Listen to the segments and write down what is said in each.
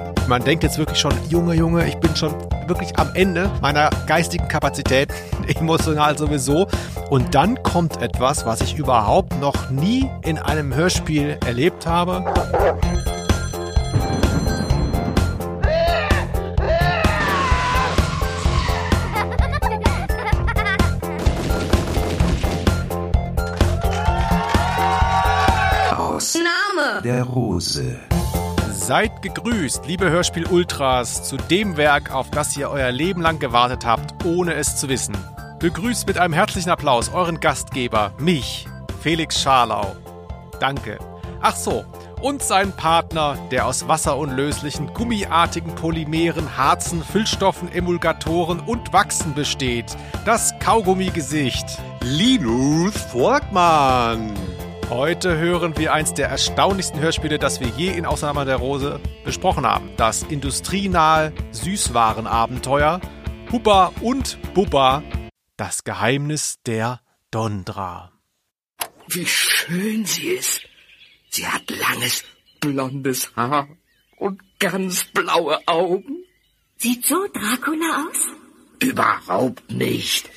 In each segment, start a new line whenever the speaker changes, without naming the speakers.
Man denkt jetzt wirklich schon, Junge, ich bin schon wirklich am Ende meiner geistigen Kapazität, emotional sowieso. Und dann kommt etwas, was ich überhaupt noch nie in einem Hörspiel erlebt habe.
Aus Name der Rose.
Seid gegrüßt, liebe Hörspiel-Ultras, zu dem Werk, auf das ihr euer Leben lang gewartet habt, ohne es zu wissen. Begrüßt mit einem herzlichen Applaus euren Gastgeber, mich, Felix Scharlau. Danke. Ach so, und seinen Partner, der aus wasserunlöslichen, gummiartigen Polymeren, Harzen, Füllstoffen, Emulgatoren und Wachsen besteht. Das Kaugummi-Gesicht.
Linus Volkmann.
Heute hören wir eins der erstaunlichsten Hörspiele, das wir je in Ausnahme der Rose besprochen haben. Das industrienahe Süßwarenabenteuer Hubba und Bubba, das Geheimnis der Dondra.
Wie schön sie ist. Sie hat langes, blondes Haar und ganz blaue Augen.
Sieht so Dracula aus?
Überhaupt nicht.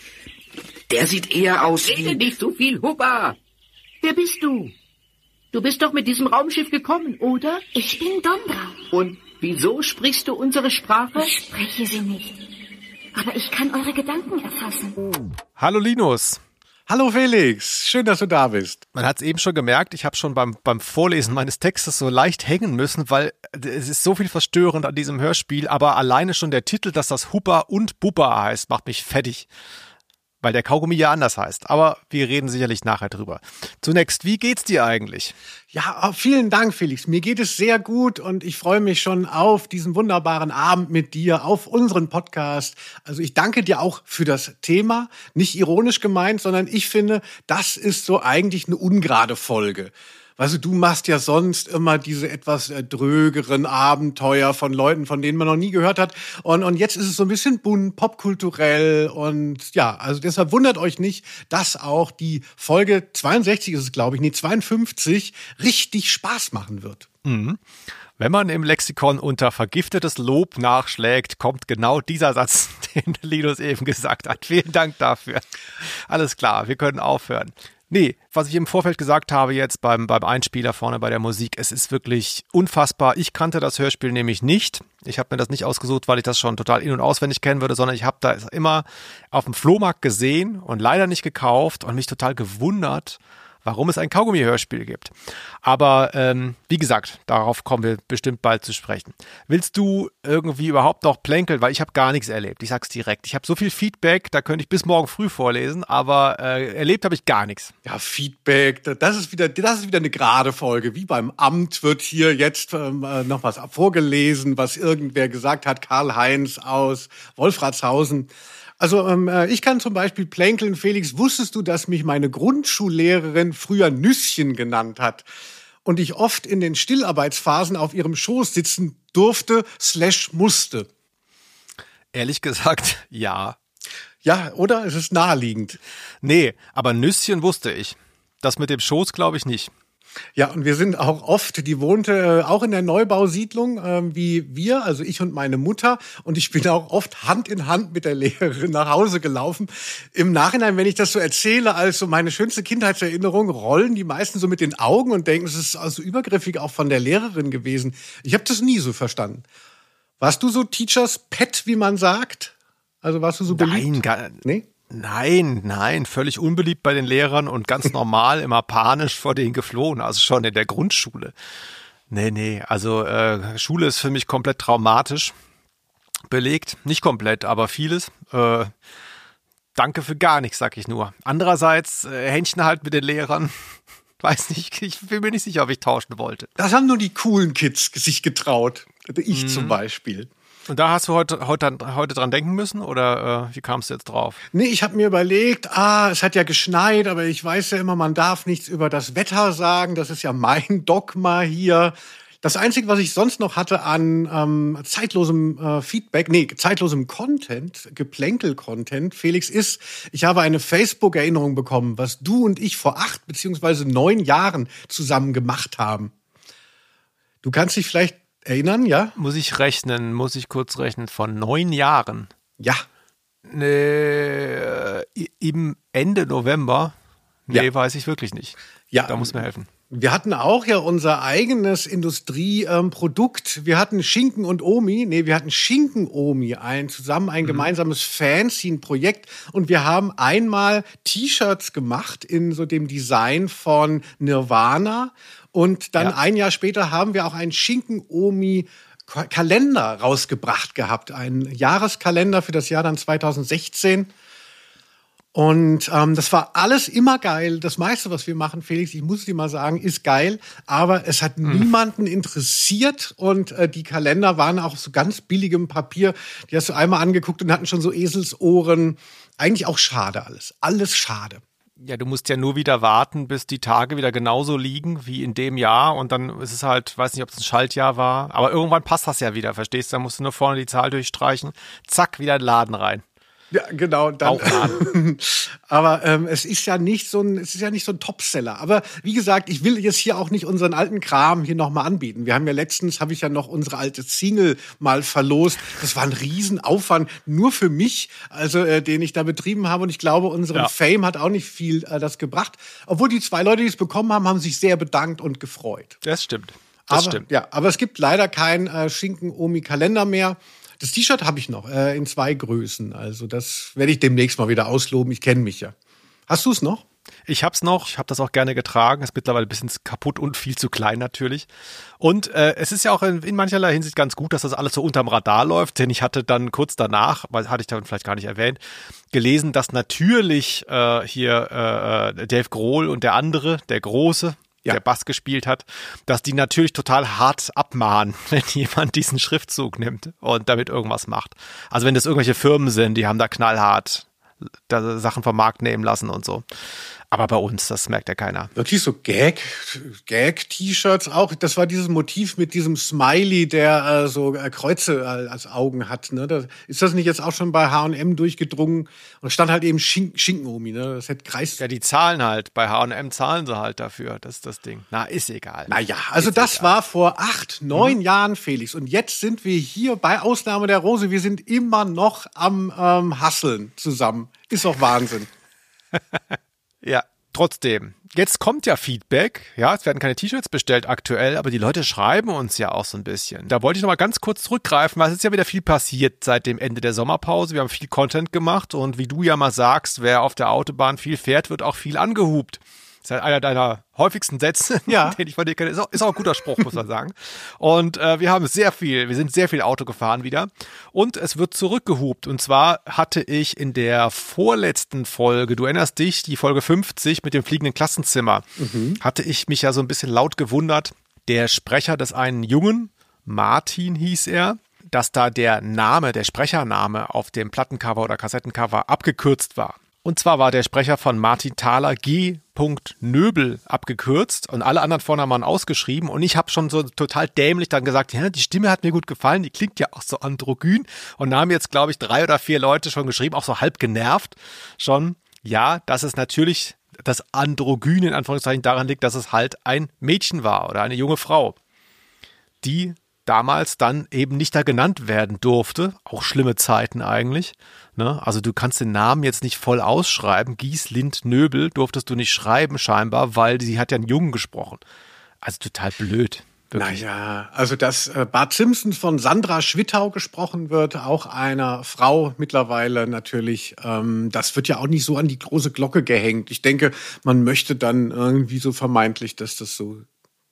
Der sieht eher aus wie...
Rede nicht so viel, Hubba. Wer bist du? Du bist doch mit diesem Raumschiff gekommen, oder?
Ich bin Dondra.
Und wieso sprichst du unsere Sprache?
Ich spreche sie nicht. Aber ich kann eure Gedanken erfassen.
Hallo Linus.
Hallo Felix, schön, dass du da bist.
Man hat es eben schon gemerkt, ich habe schon beim Vorlesen meines Textes so leicht hängen müssen, weil es ist so viel verstörend an diesem Hörspiel, aber alleine schon der Titel, dass das Hubba und Bubba heißt, macht mich fertig. Weil der Kaugummi ja anders heißt. Aber wir reden sicherlich nachher drüber. Zunächst, wie geht's dir eigentlich?
Ja, vielen Dank, Felix. Mir geht es sehr gut und ich freue mich schon auf diesen wunderbaren Abend mit dir, auf unseren Podcast. Also ich danke dir auch für das Thema. Nicht ironisch gemeint, sondern ich finde, das ist so eigentlich eine ungerade Folge. Also du machst ja sonst immer diese etwas drögeren Abenteuer von Leuten, von denen man noch nie gehört hat. Und jetzt ist es so ein bisschen bunt, popkulturell. Und ja, also deshalb wundert euch nicht, dass auch die Folge 62 ist es, glaube ich, 52, richtig Spaß machen wird.
Mhm. Wenn man im Lexikon unter vergiftetes Lob nachschlägt, kommt genau dieser Satz, den Linus eben gesagt hat. Vielen Dank dafür. Alles klar, wir können aufhören. Nee, was ich im Vorfeld gesagt habe jetzt beim Einspieler vorne bei der Musik, es ist wirklich unfassbar. Ich kannte das Hörspiel nämlich nicht. Ich habe mir das nicht ausgesucht, weil ich das schon total in- und auswendig kennen würde, sondern ich habe da immer auf dem Flohmarkt gesehen und leider nicht gekauft und mich total gewundert, warum es ein Kaugummi-Hörspiel gibt. Aber wie gesagt, darauf kommen wir bestimmt bald zu sprechen. Willst du irgendwie überhaupt noch plänkeln? Weil ich habe gar nichts erlebt. Ich sag's direkt. Ich habe so viel Feedback, da könnte ich bis morgen früh vorlesen, aber erlebt habe ich gar nichts.
Ja, Feedback, das ist wieder eine gerade Folge. Wie beim Amt wird hier jetzt noch was vorgelesen, was irgendwer gesagt hat. Karl-Heinz aus Wolfratshausen. Also ich kann zum Beispiel plänkeln. Felix, wusstest du, dass mich meine Grundschullehrerin früher Nüsschen genannt hat? Und ich oft in den Stillarbeitsphasen auf ihrem Schoß sitzen durfte/musste?
Ehrlich gesagt, ja.
Ja, oder? Es ist naheliegend.
Nee, aber Nüsschen wusste ich. Das mit dem Schoß glaube ich nicht.
Ja, und wir sind auch oft, die wohnte auch in der Neubausiedlung wie wir, also ich und meine Mutter. Und ich bin auch oft Hand in Hand mit der Lehrerin nach Hause gelaufen. Im Nachhinein, wenn ich das so erzähle, als so meine schönste Kindheitserinnerung, rollen die meisten so mit den Augen und denken, es ist also übergriffig auch von der Lehrerin gewesen. Ich habe das nie so verstanden. Warst du so Teachers Pet, wie man sagt? Also warst du so beliebt?
Nein, gar nicht.
Nee?
Nein, völlig unbeliebt bei den Lehrern und ganz normal, immer panisch vor denen geflohen, also schon in der Grundschule. Nee, also Schule ist für mich komplett traumatisch belegt, nicht komplett, aber vieles. Danke für gar nichts, sag ich nur. Andererseits Händchen halt mit den Lehrern, weiß nicht, ich bin mir nicht sicher, ob ich tauschen wollte.
Das haben nur die coolen Kids sich getraut, ich zum Beispiel.
Und da hast du heute dran denken müssen oder wie kamst du jetzt drauf?
Nee, ich habe mir überlegt, es hat ja geschneit, aber ich weiß ja immer, man darf nichts über das Wetter sagen. Das ist ja mein Dogma hier. Das Einzige, was ich sonst noch hatte an zeitlosem Feedback, zeitlosem Content, Geplänkel-Content, Felix, ist, ich habe eine Facebook-Erinnerung bekommen, was du und ich vor 8 beziehungsweise 9 Jahren zusammen gemacht haben. Du kannst dich vielleicht erinnern, ja?
Muss ich kurz rechnen, von 9 Jahren.
Ja.
Im Ende November? Nee,
Ja.
weiß ich wirklich nicht.
Ja.
Da muss mir helfen.
Wir hatten auch ja unser eigenes Industrieprodukt. Wir hatten Schinken und Omi. Nee, wir hatten Schinken-Omi, ein gemeinsames Fanzine-Projekt. Und wir haben einmal T-Shirts gemacht in so dem Design von Nirvana. Und dann ein Jahr später haben wir auch einen Schinken-Omi-Kalender rausgebracht gehabt. Einen Jahreskalender für das Jahr dann 2016. Und das war alles immer geil. Das meiste, was wir machen, Felix, ich muss dir mal sagen, ist geil. Aber es hat niemanden interessiert. Und die Kalender waren auch so ganz billigem Papier. Die hast du einmal angeguckt und hatten schon so Eselsohren. Eigentlich auch schade alles. Alles schade.
Ja, du musst ja nur wieder warten, bis die Tage wieder genauso liegen wie in dem Jahr. Und dann ist es halt, weiß nicht, ob es ein Schaltjahr war. Aber irgendwann passt das ja wieder, verstehst du? Dann musst du nur vorne die Zahl durchstreichen. Zack, wieder in den Laden rein.
Ja, genau. Dann. Aber es ist ja nicht so ein Topseller. Aber wie gesagt, ich will jetzt hier auch nicht unseren alten Kram hier nochmal anbieten. Wir haben ja letztens, habe ich ja noch unsere alte Single mal verlost. Das war ein Riesenaufwand, nur für mich, also den ich da betrieben habe. Und ich glaube, unseren Fame hat auch nicht viel das gebracht. Obwohl die 2 Leute, die es bekommen haben, haben sich sehr bedankt und gefreut.
Das stimmt.
Ja, aber es gibt leider keinen Schinken-Omi-Kalender mehr. Das T-Shirt habe ich noch in 2 Größen. Also das werde ich demnächst mal wieder ausloben. Ich kenne mich ja. Hast du es noch?
Ich hab's noch. Ich habe das auch gerne getragen. Ist mittlerweile ein bisschen kaputt und viel zu klein natürlich. Und es ist ja auch in mancherlei Hinsicht ganz gut, dass das alles so unterm Radar läuft. Denn ich hatte dann kurz danach, weil hatte ich dann vielleicht gar nicht erwähnt, gelesen, dass natürlich Dave Grohl und der andere, der Große, der Bass gespielt hat, dass die natürlich total hart abmahnen, wenn jemand diesen Schriftzug nimmt und damit irgendwas macht. Also wenn das irgendwelche Firmen sind, die haben da knallhart da Sachen vom Markt nehmen lassen und so. Aber bei uns, das merkt ja keiner.
Wirklich so Gag-T-Shirts auch. Das war dieses Motiv mit diesem Smiley, der so Kreuze als Augen hat. Ne? Ist das nicht jetzt auch schon bei H&M durchgedrungen? Und stand halt eben Schinken-Omi. Ne? Das hätte Kreis.
Ja, die zahlen halt. Bei H&M zahlen sie halt dafür. Das ist das Ding. Na, ist egal.
Naja, also das war vor 8, 9 Jahren, Felix. Und jetzt sind wir hier bei Ausnahme der Rose. Wir sind immer noch am Hustlen zusammen. Ist doch Wahnsinn.
Ja, trotzdem. Jetzt kommt ja Feedback. Ja, es werden keine T-Shirts bestellt aktuell, aber die Leute schreiben uns ja auch so ein bisschen. Da wollte ich noch mal ganz kurz zurückgreifen, weil es ist ja wieder viel passiert seit dem Ende der Sommerpause. Wir haben viel Content gemacht und wie du ja mal sagst, wer auf der Autobahn viel fährt, wird auch viel angehupt. Das ist halt einer deiner häufigsten Sätze, den ich von dir kenne. Ist auch ein guter Spruch, muss man sagen. Und wir sind sehr viel Auto gefahren wieder. Und es wird zurückgehupt. Und zwar hatte ich in der vorletzten Folge, du erinnerst dich, die Folge 50 mit dem fliegenden Klassenzimmer, hatte ich mich ja so ein bisschen laut gewundert. Der Sprecher des einen Jungen, Martin hieß er, dass da der Sprechername auf dem Plattencover oder Kassettencover abgekürzt war. Und zwar war der Sprecher von Martin Thaler G. Nöbel abgekürzt und alle anderen Vornamen waren ausgeschrieben. Und ich habe schon so total dämlich dann gesagt, ja, die Stimme hat mir gut gefallen, die klingt ja auch so androgyn. Und da haben jetzt, glaube ich, 3 oder 4 Leute schon geschrieben, auch so halb genervt schon. Ja, dass es natürlich das Androgyn in Anführungszeichen daran liegt, dass es halt ein Mädchen war oder eine junge Frau, die damals dann eben nicht da genannt werden durfte. Auch schlimme Zeiten eigentlich. Ne? Also du kannst den Namen jetzt nicht voll ausschreiben. Gieslind Nöbel durftest du nicht schreiben scheinbar, weil sie hat ja einen Jungen gesprochen. Also total blöd. Wirklich.
Naja, also dass Bart Simpson von Sandra Schwittau gesprochen wird, auch einer Frau mittlerweile natürlich, das wird ja auch nicht so an die große Glocke gehängt. Ich denke, man möchte dann irgendwie so vermeintlich, dass das so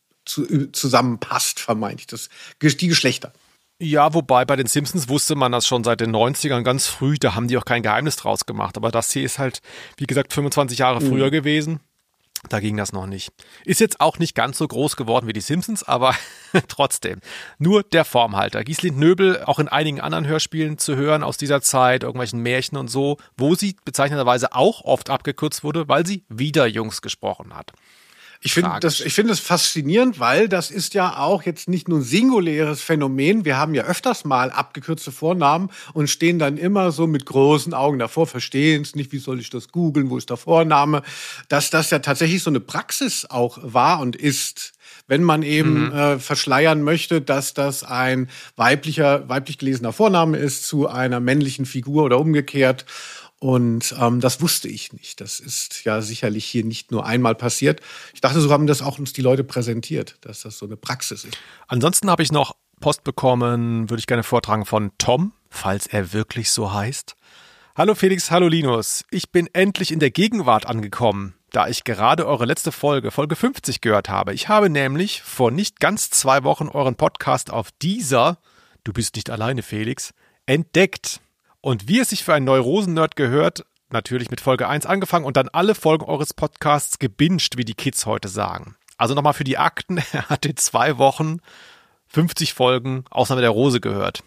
zusammenpasst, vermeintlich, die Geschlechter.
Ja, wobei bei den Simpsons wusste man das schon seit den 90ern ganz früh, da haben die auch kein Geheimnis draus gemacht. Aber das hier ist halt, wie gesagt, 25 Jahre früher gewesen. Da ging das noch nicht. Ist jetzt auch nicht ganz so groß geworden wie die Simpsons, aber trotzdem. Nur der Formhalter. Gieslind Nöbel, auch in einigen anderen Hörspielen zu hören aus dieser Zeit, irgendwelchen Märchen und so, wo sie bezeichnenderweise auch oft abgekürzt wurde, weil sie wieder Jungs gesprochen hat.
Ich finde das faszinierend, weil das ist ja auch jetzt nicht nur ein singuläres Phänomen. Wir haben ja öfters mal abgekürzte Vornamen und stehen dann immer so mit großen Augen davor, verstehen es nicht, wie soll ich das googeln, wo ist der Vorname? Dass das ja tatsächlich so eine Praxis auch war und ist. wenn man eben verschleiern möchte, dass das ein weiblich gelesener Vorname ist zu einer männlichen Figur oder umgekehrt. Und das wusste ich nicht. Das ist ja sicherlich hier nicht nur einmal passiert. Ich dachte, so haben das auch uns die Leute präsentiert, dass das so eine Praxis ist.
Ansonsten habe ich noch Post bekommen, würde ich gerne vortragen, von Tom, falls er wirklich so heißt. Hallo Felix, hallo Linus. Ich bin endlich in der Gegenwart angekommen, da ich gerade eure letzte Folge 50 gehört habe. Ich habe nämlich vor nicht ganz 2 Wochen euren Podcast auf Deezer, du bist nicht alleine Felix, entdeckt. Und wie es sich für einen Neurosen-Nerd gehört, natürlich mit Folge 1 angefangen und dann alle Folgen eures Podcasts gebinged, wie die Kids heute sagen. Also nochmal für die Akten, er hat in 2 Wochen 50 Folgen Ausnahme der Rose gehört.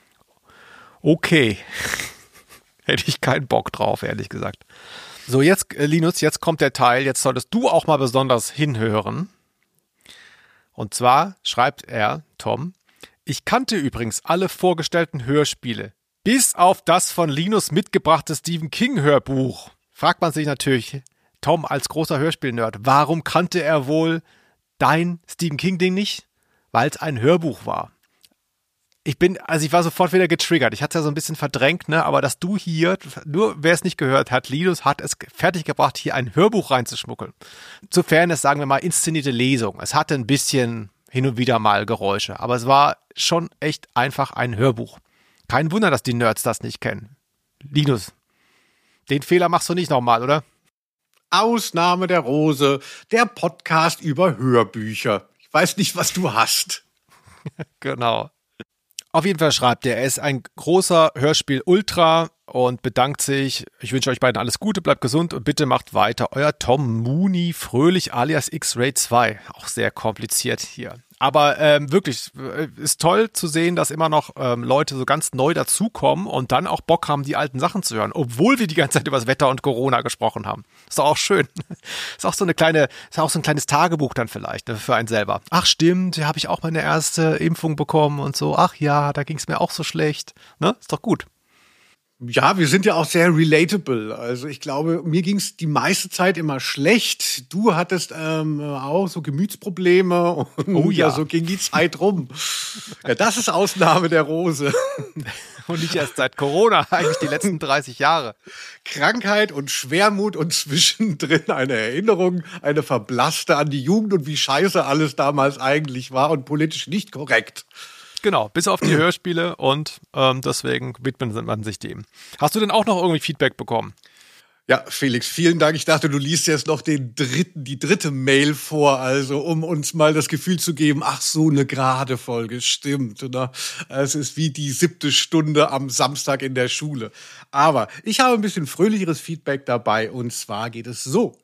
Okay. Hätte ich keinen Bock drauf, ehrlich gesagt. So, jetzt, Linus, jetzt kommt der Teil. Jetzt solltest du auch mal besonders hinhören. Und zwar schreibt er, Tom, ich kannte übrigens alle vorgestellten Hörspiele, bis auf das von Linus mitgebrachte Stephen King Hörbuch. Fragt man sich natürlich, Tom als großer Hörspiel-Nerd, warum kannte er wohl dein Stephen King-Ding nicht? Weil es ein Hörbuch war. Ich war sofort wieder getriggert. Ich hatte es ja so ein bisschen verdrängt, ne? Aber dass du hier, nur wer es nicht gehört hat, Linus hat es fertiggebracht, hier ein Hörbuch reinzuschmuggeln. Zu Fairness, sagen wir mal, inszenierte Lesung. Es hatte ein bisschen hin und wieder mal Geräusche, aber es war schon echt einfach ein Hörbuch. Kein Wunder, dass die Nerds das nicht kennen. Linus, den Fehler machst du nicht nochmal, oder?
Ausnahme der Rose, der Podcast über Hörbücher. Ich weiß nicht, was du hast.
Genau. Auf jeden Fall schreibt er ist ein großer Hörspiel-Ultra und bedankt sich. Ich wünsche euch beiden alles Gute, bleibt gesund und bitte macht weiter. Euer Tom Mooney Fröhlich alias X-Ray 2. Auch sehr kompliziert hier. Aber wirklich, ist toll zu sehen, dass immer noch Leute so ganz neu dazukommen und dann auch Bock haben, die alten Sachen zu hören, obwohl wir die ganze Zeit über das Wetter und Corona gesprochen haben. Ist doch auch schön. Ist auch so ein kleines Tagebuch dann vielleicht, ne, für einen selber. Ach stimmt, da habe ich auch meine erste Impfung bekommen und so. Ach ja, da ging es mir auch so schlecht. Ne? Ist doch gut.
Ja, wir sind ja auch sehr relatable. Also ich glaube, mir ging es die meiste Zeit immer schlecht. Du hattest auch so Gemütsprobleme und
oh ja,
so ging die Zeit rum. Ja, das ist Ausnahme der Rose.
Und nicht erst seit Corona, eigentlich die letzten 30 Jahre.
Krankheit und Schwermut und zwischendrin eine Erinnerung, eine verblasste an die Jugend und wie scheiße alles damals eigentlich war und politisch nicht korrekt.
Genau, bis auf die Hörspiele und deswegen widmet man sich dem. Hast du denn auch noch irgendwie Feedback bekommen?
Ja, Felix, vielen Dank. Ich dachte, du liest jetzt noch die dritte Mail vor, also um uns mal das Gefühl zu geben, ach so, eine gerade Folge, stimmt. Ne? Es ist wie die 7. Stunde am Samstag in der Schule. Aber ich habe ein bisschen fröhlicheres Feedback dabei und zwar geht es so.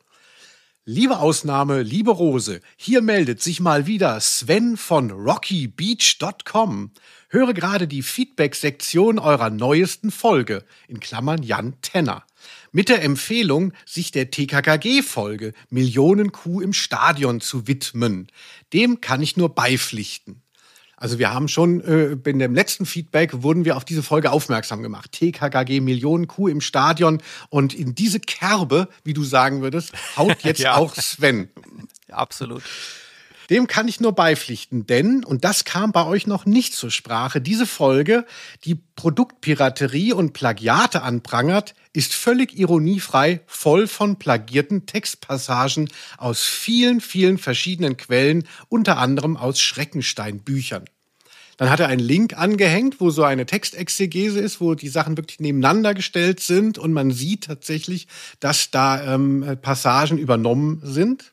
Liebe Ausnahme, liebe Rose, hier meldet sich mal wieder Sven von rockybeach.com. Höre gerade die Feedback-Sektion eurer neuesten Folge, in Klammern Jan Tenner, mit der Empfehlung, sich der TKKG-Folge Millionenkuh im Stadion zu widmen. Dem kann ich nur beipflichten. Also wir haben schon, in dem letzten Feedback wurden wir auf diese Folge aufmerksam gemacht. TKKG Millionenkuh im Stadion. Und in diese Kerbe, wie du sagen würdest, haut jetzt ja auch Sven.
Ja, absolut.
Dem kann ich nur beipflichten, denn, und das kam bei euch noch nicht zur Sprache, diese Folge, die Produktpiraterie und Plagiate anprangert, ist völlig ironiefrei, voll von plagierten Textpassagen aus vielen, vielen verschiedenen Quellen, unter anderem aus Schreckenstein-Büchern. Dann hat er einen Link angehängt, wo so eine Textexegese ist, wo die Sachen wirklich nebeneinander gestellt sind und man sieht tatsächlich, dass da Passagen übernommen sind.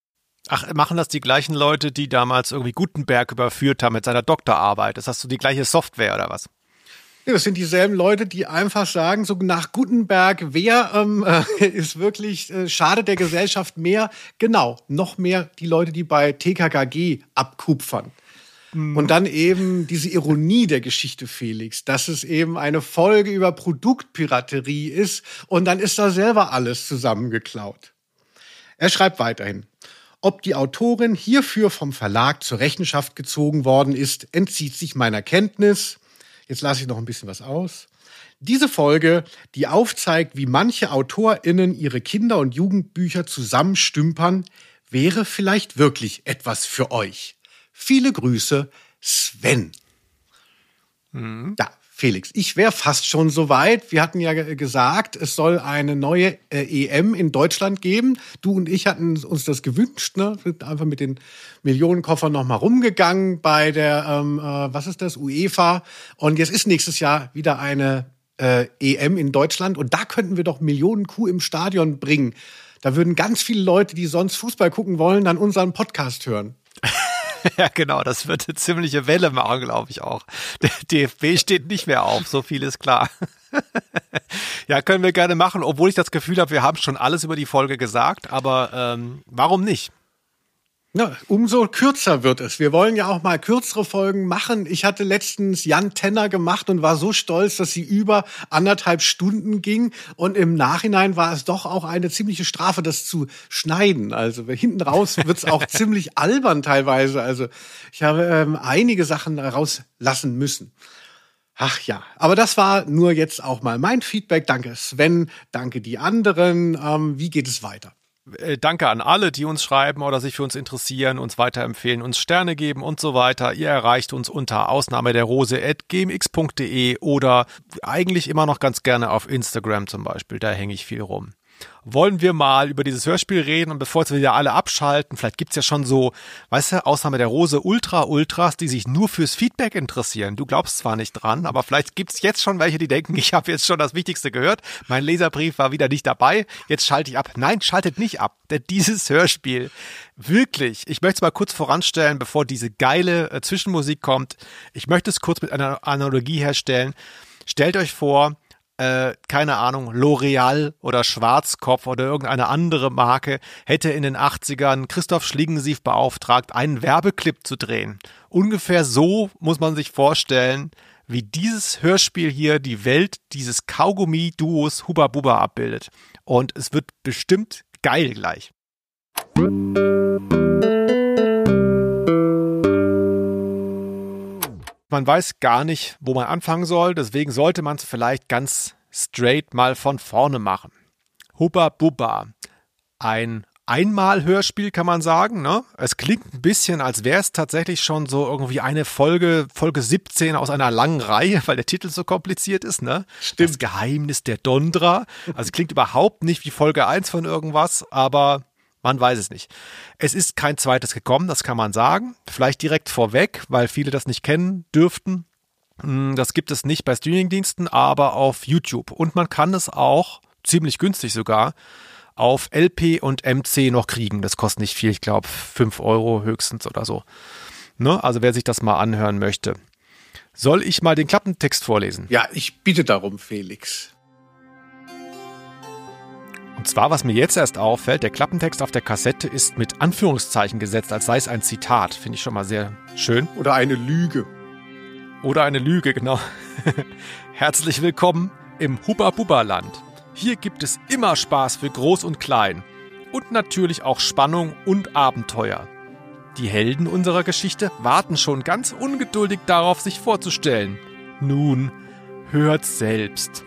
Ach, machen das die gleichen Leute, die damals irgendwie Gutenberg überführt haben mit seiner Doktorarbeit? Ist das so die gleiche Software oder was?
Ja, das sind dieselben Leute, die einfach sagen, so nach Gutenberg, wer ist wirklich, schadet der Gesellschaft mehr? Genau, noch mehr die Leute, die bei TKKG abkupfern. Und dann eben diese Ironie der Geschichte, Felix, dass es eben eine Folge über Produktpiraterie ist und dann ist da selber alles zusammengeklaut. Er schreibt weiterhin. Ob die Autorin hierfür vom Verlag zur Rechenschaft gezogen worden ist, entzieht sich meiner Kenntnis. Jetzt lasse ich noch ein bisschen was aus. Diese Folge, die aufzeigt, wie manche AutorInnen ihre Kinder- und Jugendbücher zusammenstümpern, wäre vielleicht wirklich etwas für euch. Viele Grüße, Sven. Ja, Felix, ich wäre fast schon soweit. Wir hatten ja gesagt, es soll eine neue EM in Deutschland geben. Du und ich hatten uns das gewünscht, ne? Wir sind einfach mit den Millionenkoffern noch mal rumgegangen bei der, was ist das, UEFA. Und jetzt ist nächstes Jahr wieder eine EM in Deutschland. Und da könnten wir doch Millionen Kuh im Stadion bringen. Da würden ganz viele Leute, die sonst Fußball gucken wollen, dann unseren Podcast hören.
Ja, genau, das wird eine ziemliche Welle machen, glaube ich auch. Der DFB steht nicht mehr auf, so viel ist klar. Ja, können wir gerne machen, obwohl ich das Gefühl habe, wir haben schon alles über die Folge gesagt, aber warum nicht?
Ja, umso kürzer wird es. Wir wollen ja auch mal kürzere Folgen machen. Ich hatte letztens Jan Tenner gemacht und war so stolz, dass sie über 1,5 Stunden ging. Und im Nachhinein war es doch auch eine ziemliche Strafe, das zu schneiden. Also hinten raus wird's auch ziemlich albern teilweise. Also ich habe einige Sachen rauslassen müssen. Ach ja, aber das war nur jetzt auch mal mein Feedback. Danke Sven, danke die anderen. Wie geht es weiter?
Danke an alle, die uns schreiben oder sich für uns interessieren, uns weiterempfehlen, uns Sterne geben und so weiter. Ihr erreicht uns unter ausnahmederose@gmx.de oder eigentlich immer noch ganz gerne auf Instagram zum Beispiel. Da hänge ich viel rum. Wollen wir mal über dieses Hörspiel reden und bevor jetzt wieder alle abschalten, vielleicht gibt's ja schon so, weißt du, Ausnahme der Rose Ultras, die sich nur fürs Feedback interessieren. Du glaubst zwar nicht dran, aber vielleicht gibt's jetzt schon welche, die denken, ich habe jetzt schon das Wichtigste gehört, mein Leserbrief war wieder nicht dabei, jetzt schalte ich ab. Nein, schaltet nicht ab, denn dieses Hörspiel, wirklich, ich möchte es mal kurz voranstellen, bevor diese geile Zwischenmusik kommt, ich möchte es kurz mit einer Analogie herstellen. Stellt euch vor, keine Ahnung, L'Oreal oder Schwarzkopf oder irgendeine andere Marke hätte in den 80ern Christoph Schlingensief beauftragt, einen Werbeclip zu drehen. Ungefähr so muss man sich vorstellen, wie dieses Hörspiel hier die Welt dieses Kaugummi-Duos Hubba Bubba abbildet. Und es wird bestimmt geil gleich. Man weiß gar nicht, wo man anfangen soll, deswegen sollte man es vielleicht ganz straight mal von vorne machen. Hubba Bubba. Ein Einmal-Hörspiel kann man sagen, ne? Es klingt ein bisschen, als wäre es tatsächlich schon so irgendwie eine Folge 17 aus einer langen Reihe, weil der Titel so kompliziert ist, ne? Stimmt. Das Geheimnis der Dondra. Also es klingt überhaupt nicht wie Folge 1 von irgendwas, aber man weiß es nicht. Es ist kein zweites gekommen, das kann man sagen. Vielleicht direkt vorweg, weil viele das nicht kennen dürften. Das gibt es nicht bei Streamingdiensten, aber auf YouTube. Und man kann es auch, ziemlich günstig sogar, auf LP und MC noch kriegen. Das kostet nicht viel, ich glaube 5 € höchstens oder so. Ne? Also wer sich das mal anhören möchte. Soll ich mal den Klappentext vorlesen?
Ja, ich bitte darum, Felix.
Und zwar, was mir jetzt erst auffällt, der Klappentext auf der Kassette ist mit Anführungszeichen gesetzt, als sei es ein Zitat. Finde ich schon mal sehr schön.
Oder eine Lüge.
Oder eine Lüge, genau. Herzlich willkommen im Hubba Bubba Land. Hier gibt es immer Spaß für Groß und Klein. Und natürlich auch Spannung und Abenteuer. Die Helden unserer Geschichte warten schon ganz ungeduldig darauf, sich vorzustellen. Nun, hört selbst.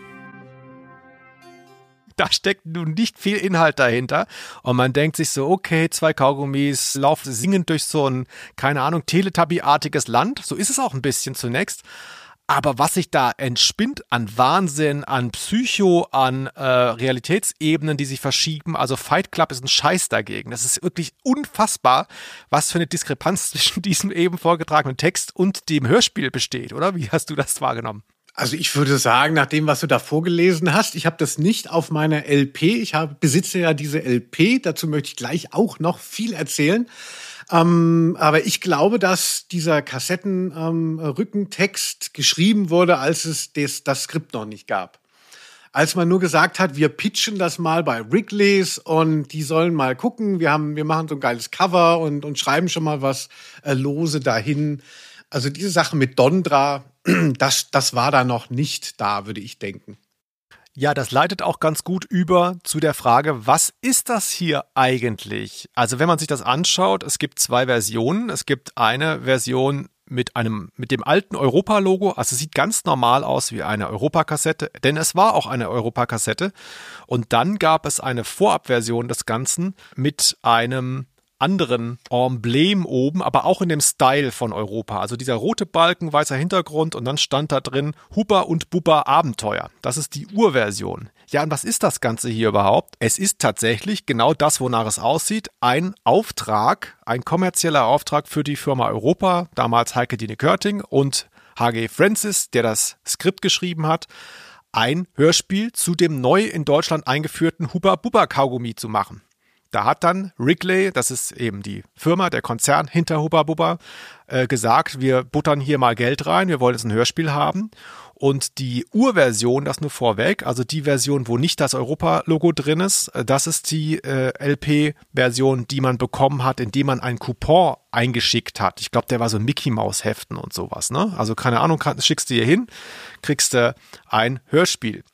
Da steckt nun nicht viel Inhalt dahinter und man denkt sich so, okay, 2 Kaugummis laufen singend durch so ein, keine Ahnung, Teletubby-artiges Land. So ist es auch ein bisschen zunächst. Aber was sich da entspinnt an Wahnsinn, an Psycho, an Realitätsebenen, die sich verschieben, also Fight Club ist ein Scheiß dagegen. Das ist wirklich unfassbar, was für eine Diskrepanz zwischen diesem eben vorgetragenen Text und dem Hörspiel besteht, oder? Wie hast du das wahrgenommen?
Also ich würde sagen, nach dem, was du da vorgelesen hast, ich habe das nicht auf meiner LP. Ich besitze ja diese LP. Dazu möchte ich gleich auch noch viel erzählen. Aber ich glaube, dass dieser Kassettenrückentext geschrieben wurde, als es das Skript noch nicht gab. Als man nur gesagt hat, wir pitchen das mal bei Wrigley's und die sollen mal gucken. Wir machen so ein geiles Cover und schreiben schon mal was lose dahin. Also diese Sache mit Dondra, das war da noch nicht da, würde ich denken.
Ja, das leitet auch ganz gut über zu der Frage, was ist das hier eigentlich? Also wenn man sich das anschaut, es gibt 2 Versionen. Es gibt eine Version mit dem alten Europa-Logo. Also es sieht ganz normal aus wie eine Europakassette, denn es war auch eine Europakassette. Und dann gab es eine Vorabversion des Ganzen mit einem anderen Emblem oben, aber auch in dem Style von Europa. Also dieser rote Balken, weißer Hintergrund und dann stand da drin Hubba und Bubba Abenteuer. Das ist die Urversion. Ja, und was ist das Ganze hier überhaupt? Es ist tatsächlich genau das, wonach es aussieht. Ein Auftrag, ein kommerzieller Auftrag für die Firma Europa, damals Heike-Dine Körting und H.G. Francis, der das Skript geschrieben hat, ein Hörspiel zu dem neu in Deutschland eingeführten Hubba-Bubba-Kaugummi zu machen. Da hat dann Wrigley, das ist eben die Firma, der Konzern hinter Hubba Bubba, gesagt, wir buttern hier mal Geld rein, wir wollen jetzt ein Hörspiel haben. Und die Urversion, das nur vorweg, also die Version, wo nicht das Europa-Logo drin ist, das ist die LP-Version, die man bekommen hat, indem man einen Coupon eingeschickt hat. Ich glaube, der war so Mickey-Maus-Heften und sowas, ne? Also keine Ahnung, schickst du hier hin, kriegst du ein Hörspiel.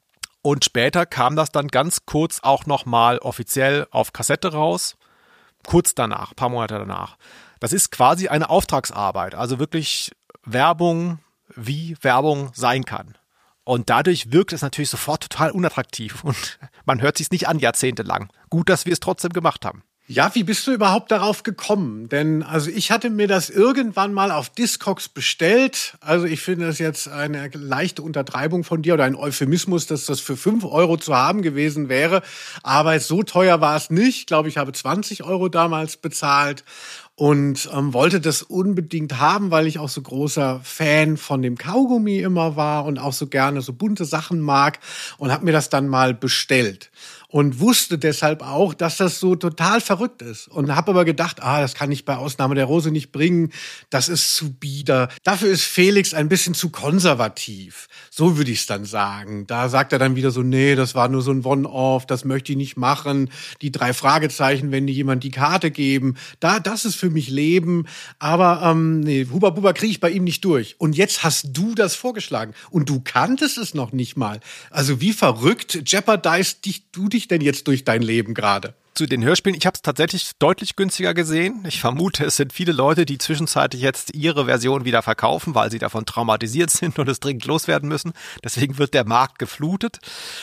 Und später kam das dann ganz kurz auch nochmal offiziell auf Kassette raus. Kurz danach, ein paar Monate danach. Das ist quasi eine Auftragsarbeit, also wirklich Werbung, wie Werbung sein kann. Und dadurch wirkt es natürlich sofort total unattraktiv und man hört sich's nicht an jahrzehntelang. Gut, dass wir es trotzdem gemacht haben.
Ja, wie bist du überhaupt darauf gekommen? Denn also ich hatte mir das irgendwann mal auf Discogs bestellt. Also ich finde das jetzt eine leichte Untertreibung von dir oder ein Euphemismus, dass das für 5 Euro zu haben gewesen wäre. Aber so teuer war es nicht. Ich glaube, ich habe 20 Euro damals bezahlt und wollte das unbedingt haben, weil ich auch so großer Fan von dem Kaugummi immer war und auch so gerne so bunte Sachen mag und habe mir das dann mal bestellt. Und wusste deshalb auch, dass das so total verrückt ist. Und habe aber gedacht, das kann ich bei Ausnahme der Rose nicht bringen. Das ist zu bieder. Dafür ist Felix ein bisschen zu konservativ. So würde ich es dann sagen. Da sagt er dann wieder so, nee, das war nur so ein One-Off, das möchte ich nicht machen. Die 3 Fragezeichen, wenn die jemand die Karte geben. Das ist für mich Leben. Aber nee, Hubba Bubba kriege ich bei ihm nicht durch. Und jetzt hast du das vorgeschlagen. Und du kanntest es noch nicht mal. Also wie verrückt jeopardized du dich denn jetzt durch dein Leben gerade?
Zu den Hörspielen, ich habe es tatsächlich deutlich günstiger gesehen. Ich vermute, es sind viele Leute, die zwischenzeitlich jetzt ihre Version wieder verkaufen, weil sie davon traumatisiert sind und es dringend loswerden müssen. Deswegen wird der Markt geflutet.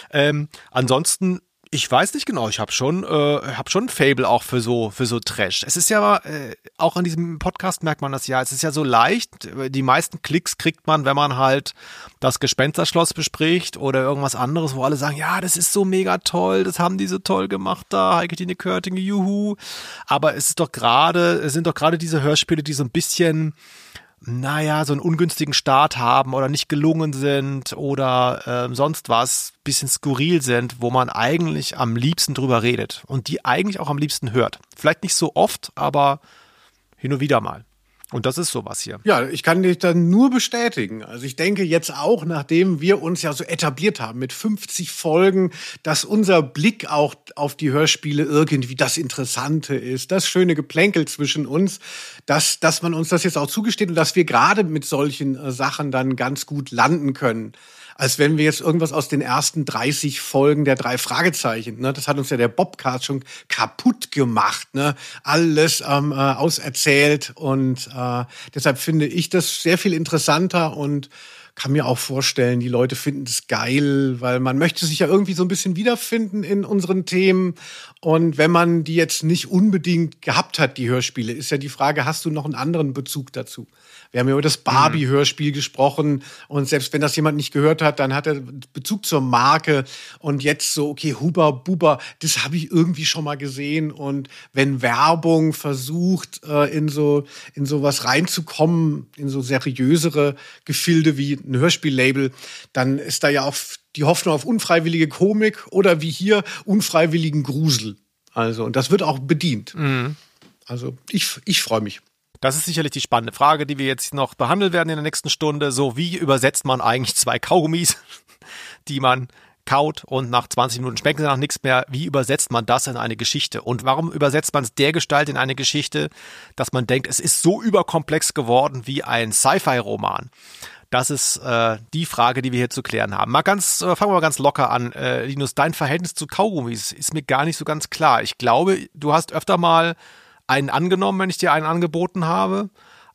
Ansonsten, ich weiß nicht genau, ich habe schon ein Faible auch für so Trash. Es ist ja, auch in diesem Podcast merkt man das ja, es ist ja so leicht, die meisten Klicks kriegt man, wenn man halt das Gespensterschloss bespricht oder irgendwas anderes, wo alle sagen, ja, das ist so mega toll, das haben die so toll gemacht da, Heike-Dine Körting, juhu. Aber es sind doch gerade diese Hörspiele, die so ein bisschen, so einen ungünstigen Start haben oder nicht gelungen sind oder sonst was, bisschen skurril sind, wo man eigentlich am liebsten drüber redet und die eigentlich auch am liebsten hört. Vielleicht nicht so oft, aber hin und wieder mal. Und das ist sowas hier.
Ja, ich kann dich dann nur bestätigen. Also ich denke jetzt auch, nachdem wir uns ja so etabliert haben mit 50 Folgen, dass unser Blick auch auf die Hörspiele irgendwie das Interessante ist, das schöne Geplänkel zwischen uns, dass man uns das jetzt auch zugesteht und dass wir gerade mit solchen Sachen dann ganz gut landen können. Als wenn wir jetzt irgendwas aus den ersten 30 Folgen der 3 Fragezeichen, ne, das hat uns ja der Bobcast schon kaputt gemacht, ne, alles auserzählt und deshalb finde ich das sehr viel interessanter und kann mir auch vorstellen, die Leute finden es geil, weil man möchte sich ja irgendwie so ein bisschen wiederfinden in unseren Themen. Und wenn man die jetzt nicht unbedingt gehabt hat, die Hörspiele, ist ja die Frage, hast du noch einen anderen Bezug dazu? Wir haben ja über das Barbie-Hörspiel gesprochen und selbst wenn das jemand nicht gehört hat, dann hat er Bezug zur Marke und jetzt so, okay, Hubba Bubba, das habe ich irgendwie schon mal gesehen und wenn Werbung versucht, in sowas reinzukommen, in so seriösere Gefilde wie ein Hörspiellabel, dann ist da ja auch die Hoffnung auf unfreiwillige Komik oder wie hier unfreiwilligen Grusel. Also, und das wird auch bedient. Mhm. Also, ich freue mich.
Das ist sicherlich die spannende Frage, die wir jetzt noch behandeln werden in der nächsten Stunde. So, wie übersetzt man eigentlich 2 Kaugummis, die man kaut und nach 20 Minuten schmecken sie nach nichts mehr? Wie übersetzt man das in eine Geschichte? Und warum übersetzt man es dergestalt in eine Geschichte, dass man denkt, es ist so überkomplex geworden wie ein Sci-Fi-Roman? Das ist die Frage, die wir hier zu klären haben. Fangen wir mal ganz locker an. Linus, dein Verhältnis zu Kaugummis ist mir gar nicht so ganz klar. Ich glaube, du hast öfter mal einen angenommen, wenn ich dir einen angeboten habe.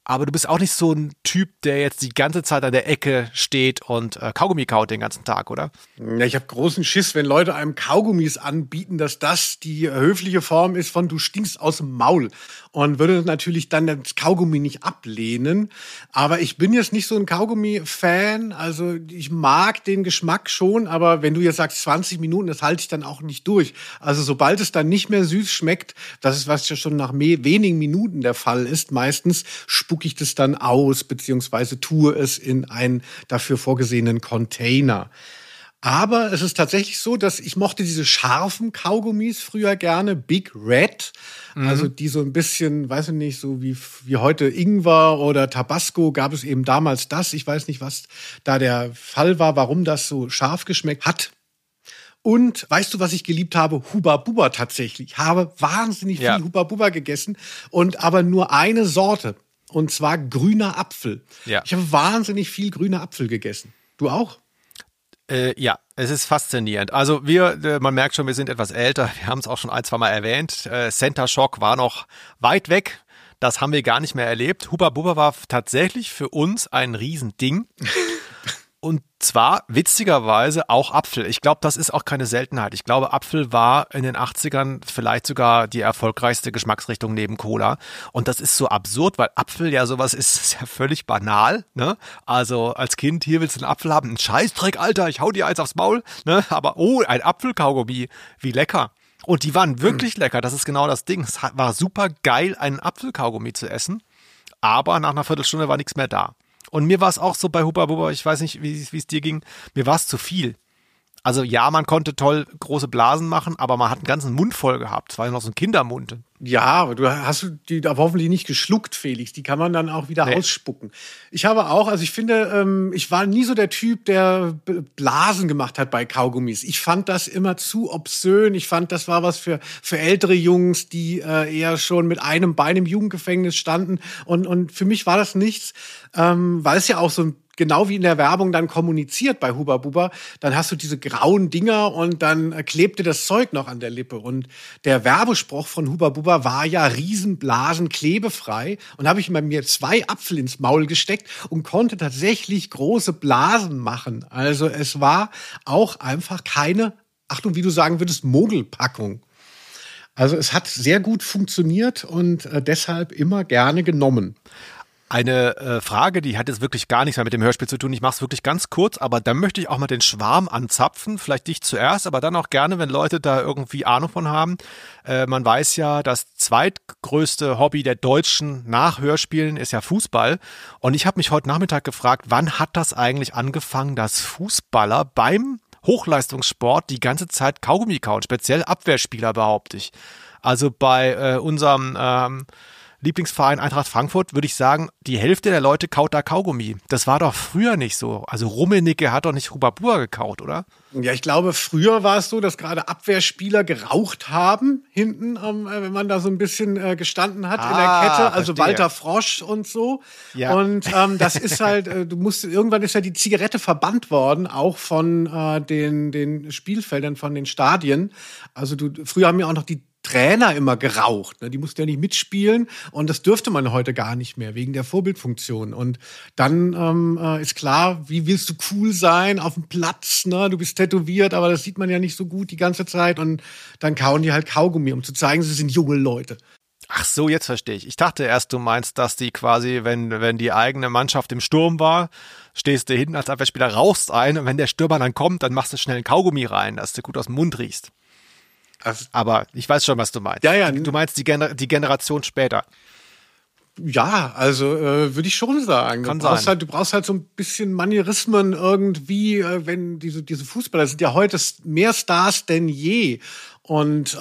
aber du bist auch nicht so ein Typ, der jetzt die ganze Zeit an der Ecke steht und Kaugummi kaut den ganzen Tag, oder?
Ja, ich habe großen Schiss, wenn Leute einem Kaugummis anbieten, dass das die höfliche Form ist von du stinkst aus dem Maul. Und würde natürlich dann das Kaugummi nicht ablehnen. Aber ich bin jetzt nicht so ein Kaugummi-Fan. Also ich mag den Geschmack schon, aber wenn du jetzt sagst 20 Minuten, das halte ich dann auch nicht durch. Also sobald es dann nicht mehr süß schmeckt, das ist, was ja schon nach wenigen Minuten der Fall ist, meistens spucke ich das dann aus, beziehungsweise tue es in einen dafür vorgesehenen Container. Aber es ist tatsächlich so, dass ich mochte diese scharfen Kaugummis früher gerne, Big Red, also die so ein bisschen, weiß ich nicht, so wie heute Ingwer oder Tabasco, gab es eben damals das. Ich weiß nicht, was da der Fall war, warum das so scharf geschmeckt hat. Und weißt du, was ich geliebt habe? Hubba Bubba tatsächlich. Ich habe wahnsinnig viel Hubba Bubba gegessen und aber nur eine Sorte. Und zwar grüner Apfel. Ja. Ich habe wahnsinnig viel grüner Apfel gegessen. Du auch?
Ja, es ist faszinierend. Also man merkt schon, wir sind etwas älter. Wir haben es auch schon ein, zwei Mal erwähnt. Center Shock war noch weit weg. Das haben wir gar nicht mehr erlebt. Hubba Bubba war tatsächlich für uns ein Riesending. Und zwar witzigerweise auch Apfel. Ich glaube, das ist auch keine Seltenheit. Ich glaube, Apfel war in den 80ern vielleicht sogar die erfolgreichste Geschmacksrichtung neben Cola. Und das ist so absurd, weil Apfel ja sowas ist ja völlig banal. Ne? Also als Kind, hier willst du einen Apfel haben. Ein Scheißdreck, Alter, ich hau dir eins aufs Maul. Ne? Aber ein Apfelkaugummi, wie lecker. Und die waren wirklich lecker. Das ist genau das Ding. Es war super geil, einen Apfelkaugummi zu essen. Aber nach einer Viertelstunde war nichts mehr da. Und mir war es auch so bei Hubba Bubba, ich weiß nicht, wie es dir ging, mir war es zu viel. Also ja, man konnte toll große Blasen machen, aber man hat einen ganzen Mund voll gehabt. Es war ja noch so ein Kindermund.
Ja, aber du hast die aber hoffentlich nicht geschluckt, Felix. Die kann man dann auch wieder ausspucken. Ich habe auch, also ich finde, ich war nie so der Typ, der Blasen gemacht hat bei Kaugummis. Ich fand das immer zu obszön. Ich fand, das war was für ältere Jungs, die eher schon mit einem Bein im Jugendgefängnis standen. Und für mich war das nichts, weil es ja auch so genau wie in der Werbung dann kommuniziert bei Hubba Bubba, dann hast du diese grauen Dinger und dann klebte das Zeug noch an der Lippe. Und der Werbespruch von Hubba Bubba war ja Riesenblasen klebefrei. Und habe ich mir 2 Apfel ins Maul gesteckt und konnte tatsächlich große Blasen machen. Also es war auch einfach keine, Achtung, wie du sagen würdest, Mogelpackung. Also es hat sehr gut funktioniert und deshalb immer gerne genommen.
Eine Frage, die hat jetzt wirklich gar nichts mehr mit dem Hörspiel zu tun. Ich mache es wirklich ganz kurz, aber dann möchte ich auch mal den Schwarm anzapfen. Vielleicht dich zuerst, aber dann auch gerne, wenn Leute da irgendwie Ahnung von haben. Man weiß ja, das zweitgrößte Hobby der Deutschen nach Hörspielen ist ja Fußball. Und ich habe mich heute Nachmittag gefragt, wann hat das eigentlich angefangen, dass Fußballer beim Hochleistungssport die ganze Zeit Kaugummi kauen, speziell Abwehrspieler, behaupte ich. Also bei unserem Lieblingsverein Eintracht Frankfurt, würde ich sagen, die Hälfte der Leute kaut da Kaugummi. Das war doch früher nicht so. Also Rummenigge hat doch nicht Hubba Bubba gekaut, oder?
Ja, ich glaube, früher war es so, dass gerade Abwehrspieler geraucht haben, hinten, wenn man da so ein bisschen gestanden hat in der Kette. Also verstehe. Walter Frosch und so. Ja. Und das ist halt, irgendwann ist ja die Zigarette verbannt worden, auch von den Spielfeldern, von den Stadien. Also früher haben ja auch noch die Trainer immer geraucht, ne? Die mussten ja nicht mitspielen und das dürfte man heute gar nicht mehr wegen der Vorbildfunktion. Und dann ist klar, wie willst du cool sein auf dem Platz, ne? Du bist tätowiert, aber das sieht man ja nicht so gut die ganze Zeit und dann kauen die halt Kaugummi, um zu zeigen, sie sind junge Leute.
Ach so, jetzt verstehe ich. Ich dachte erst, du meinst, dass die quasi, wenn die eigene Mannschaft im Sturm war, stehst du hinten als Abwehrspieler, rauchst ein und wenn der Stürmer dann kommt, dann machst du schnell einen Kaugummi rein, dass du gut aus dem Mund riechst. Aber ich weiß schon, was du meinst.
Ja.
Du meinst die Generation später.
Ja, also würde ich schon sagen. Du brauchst halt so ein bisschen Manierismen irgendwie, wenn diese Fußballer sind ja heute mehr Stars denn je. Und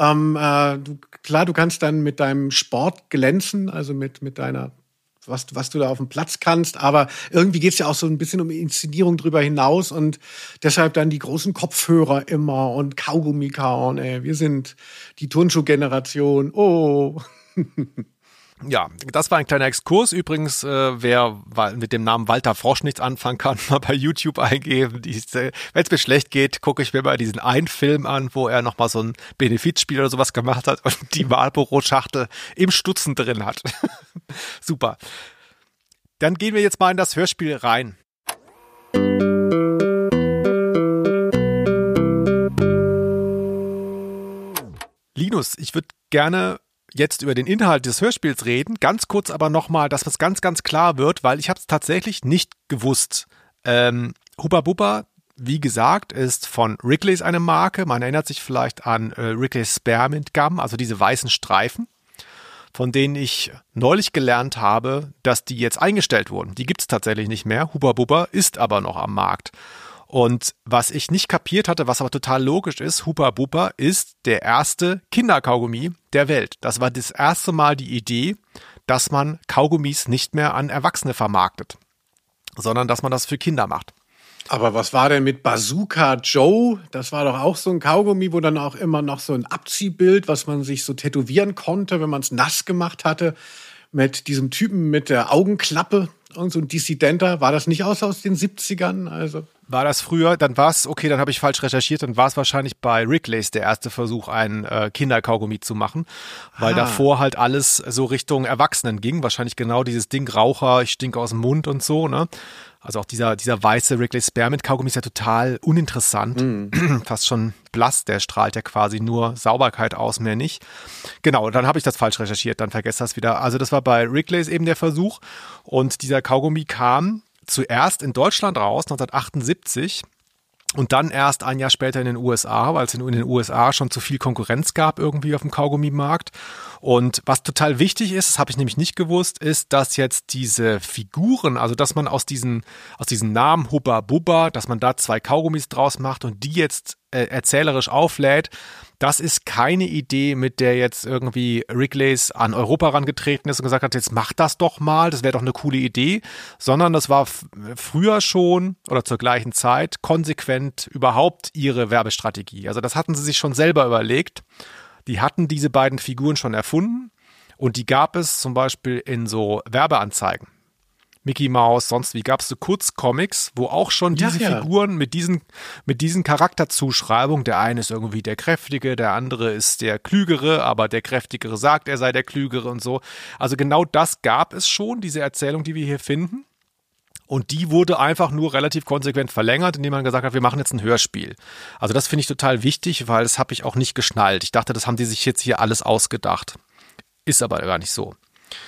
du kannst dann mit deinem Sport glänzen, also mit deiner was du da auf dem Platz kannst, aber irgendwie geht's ja auch so ein bisschen um Inszenierung drüber hinaus und deshalb dann die großen Kopfhörer immer und Kaugummi kauen, wir sind die Turnschuh-Generation, oh.
Ja, das war ein kleiner Exkurs. Übrigens, wer mit dem Namen Walter Frosch nichts anfangen kann, mal bei YouTube eingeben. Wenn es mir schlecht geht, gucke ich mir mal diesen einen Film an, wo er nochmal so ein Benefizspiel oder sowas gemacht hat und die Marlboro-Schachtel im Stutzen drin hat. Super. Dann gehen wir jetzt mal in das Hörspiel rein. Linus, ich würde gerne jetzt über den Inhalt des Hörspiels reden. Ganz kurz aber nochmal, dass es ganz, ganz klar wird, weil ich habe es tatsächlich nicht gewusst. Hubba Bubba, wie gesagt, ist von Wrigley's eine Marke. Man erinnert sich vielleicht an Wrigley's Spearmint Gum, also diese weißen Streifen, von denen ich neulich gelernt habe, dass die jetzt eingestellt wurden. Die gibt es tatsächlich nicht mehr. Hubba Bubba ist aber noch am Markt. Und was ich nicht kapiert hatte, was aber total logisch ist, Hubba Bubba ist der erste Kinderkaugummi der Welt. Das war das erste Mal die Idee, dass man Kaugummis nicht mehr an Erwachsene vermarktet, sondern dass man das für Kinder macht.
Aber was war denn mit Bazooka Joe? Das war doch auch so ein Kaugummi, wo dann auch immer noch so ein Abziehbild, was man sich so tätowieren konnte, wenn man es nass gemacht hatte, mit diesem Typen mit der Augenklappe. Irgend so ein Dissidenter. War das nicht aus den 70ern? Also
war das früher? Dann war es, okay, dann habe ich falsch recherchiert, dann war es wahrscheinlich bei Wrigley's der erste Versuch, einen Kinderkaugummi zu machen, weil davor halt alles so Richtung Erwachsenen ging. Wahrscheinlich genau dieses Ding, Raucher, ich stinke aus dem Mund und so, ne? Also auch dieser weiße Wrigley's Spearmint Kaugummi ist ja total uninteressant, fast schon blass, der strahlt ja quasi nur Sauberkeit aus, mehr nicht. Genau, dann habe ich das falsch recherchiert, dann vergesst das wieder. Also das war bei Wrigley's eben der Versuch und dieser Kaugummi kam zuerst in Deutschland raus, 1978 und dann erst ein Jahr später in den USA, weil es in den USA schon zu viel Konkurrenz gab irgendwie auf dem Kaugummimarkt. Und was total wichtig ist, das habe ich nämlich nicht gewusst, ist, dass jetzt diese Figuren, also dass man aus diesen Namen Hubba Bubba, dass man da 2 Kaugummis draus macht und die jetzt erzählerisch auflädt, das ist keine Idee, mit der jetzt irgendwie Wrigley's an Europa herangetreten ist und gesagt hat, jetzt mach das doch mal, das wäre doch eine coole Idee, sondern das war früher schon oder zur gleichen Zeit konsequent überhaupt ihre Werbestrategie. Also das hatten sie sich schon selber überlegt. Die hatten diese beiden Figuren schon erfunden und die gab es zum Beispiel in so Werbeanzeigen. Mickey Mouse, sonst wie gab es so Kurzcomics, wo auch schon diese Figuren mit diesen Charakterzuschreibungen, der eine ist irgendwie der Kräftige, der andere ist der Klügere, aber der Kräftigere sagt, er sei der Klügere und so. Also genau das gab es schon, diese Erzählung, die wir hier finden. Und die wurde einfach nur relativ konsequent verlängert, indem man gesagt hat, wir machen jetzt ein Hörspiel. Also das finde ich total wichtig, weil das habe ich auch nicht geschnallt. Ich dachte, das haben die sich jetzt hier alles ausgedacht. Ist aber gar nicht so.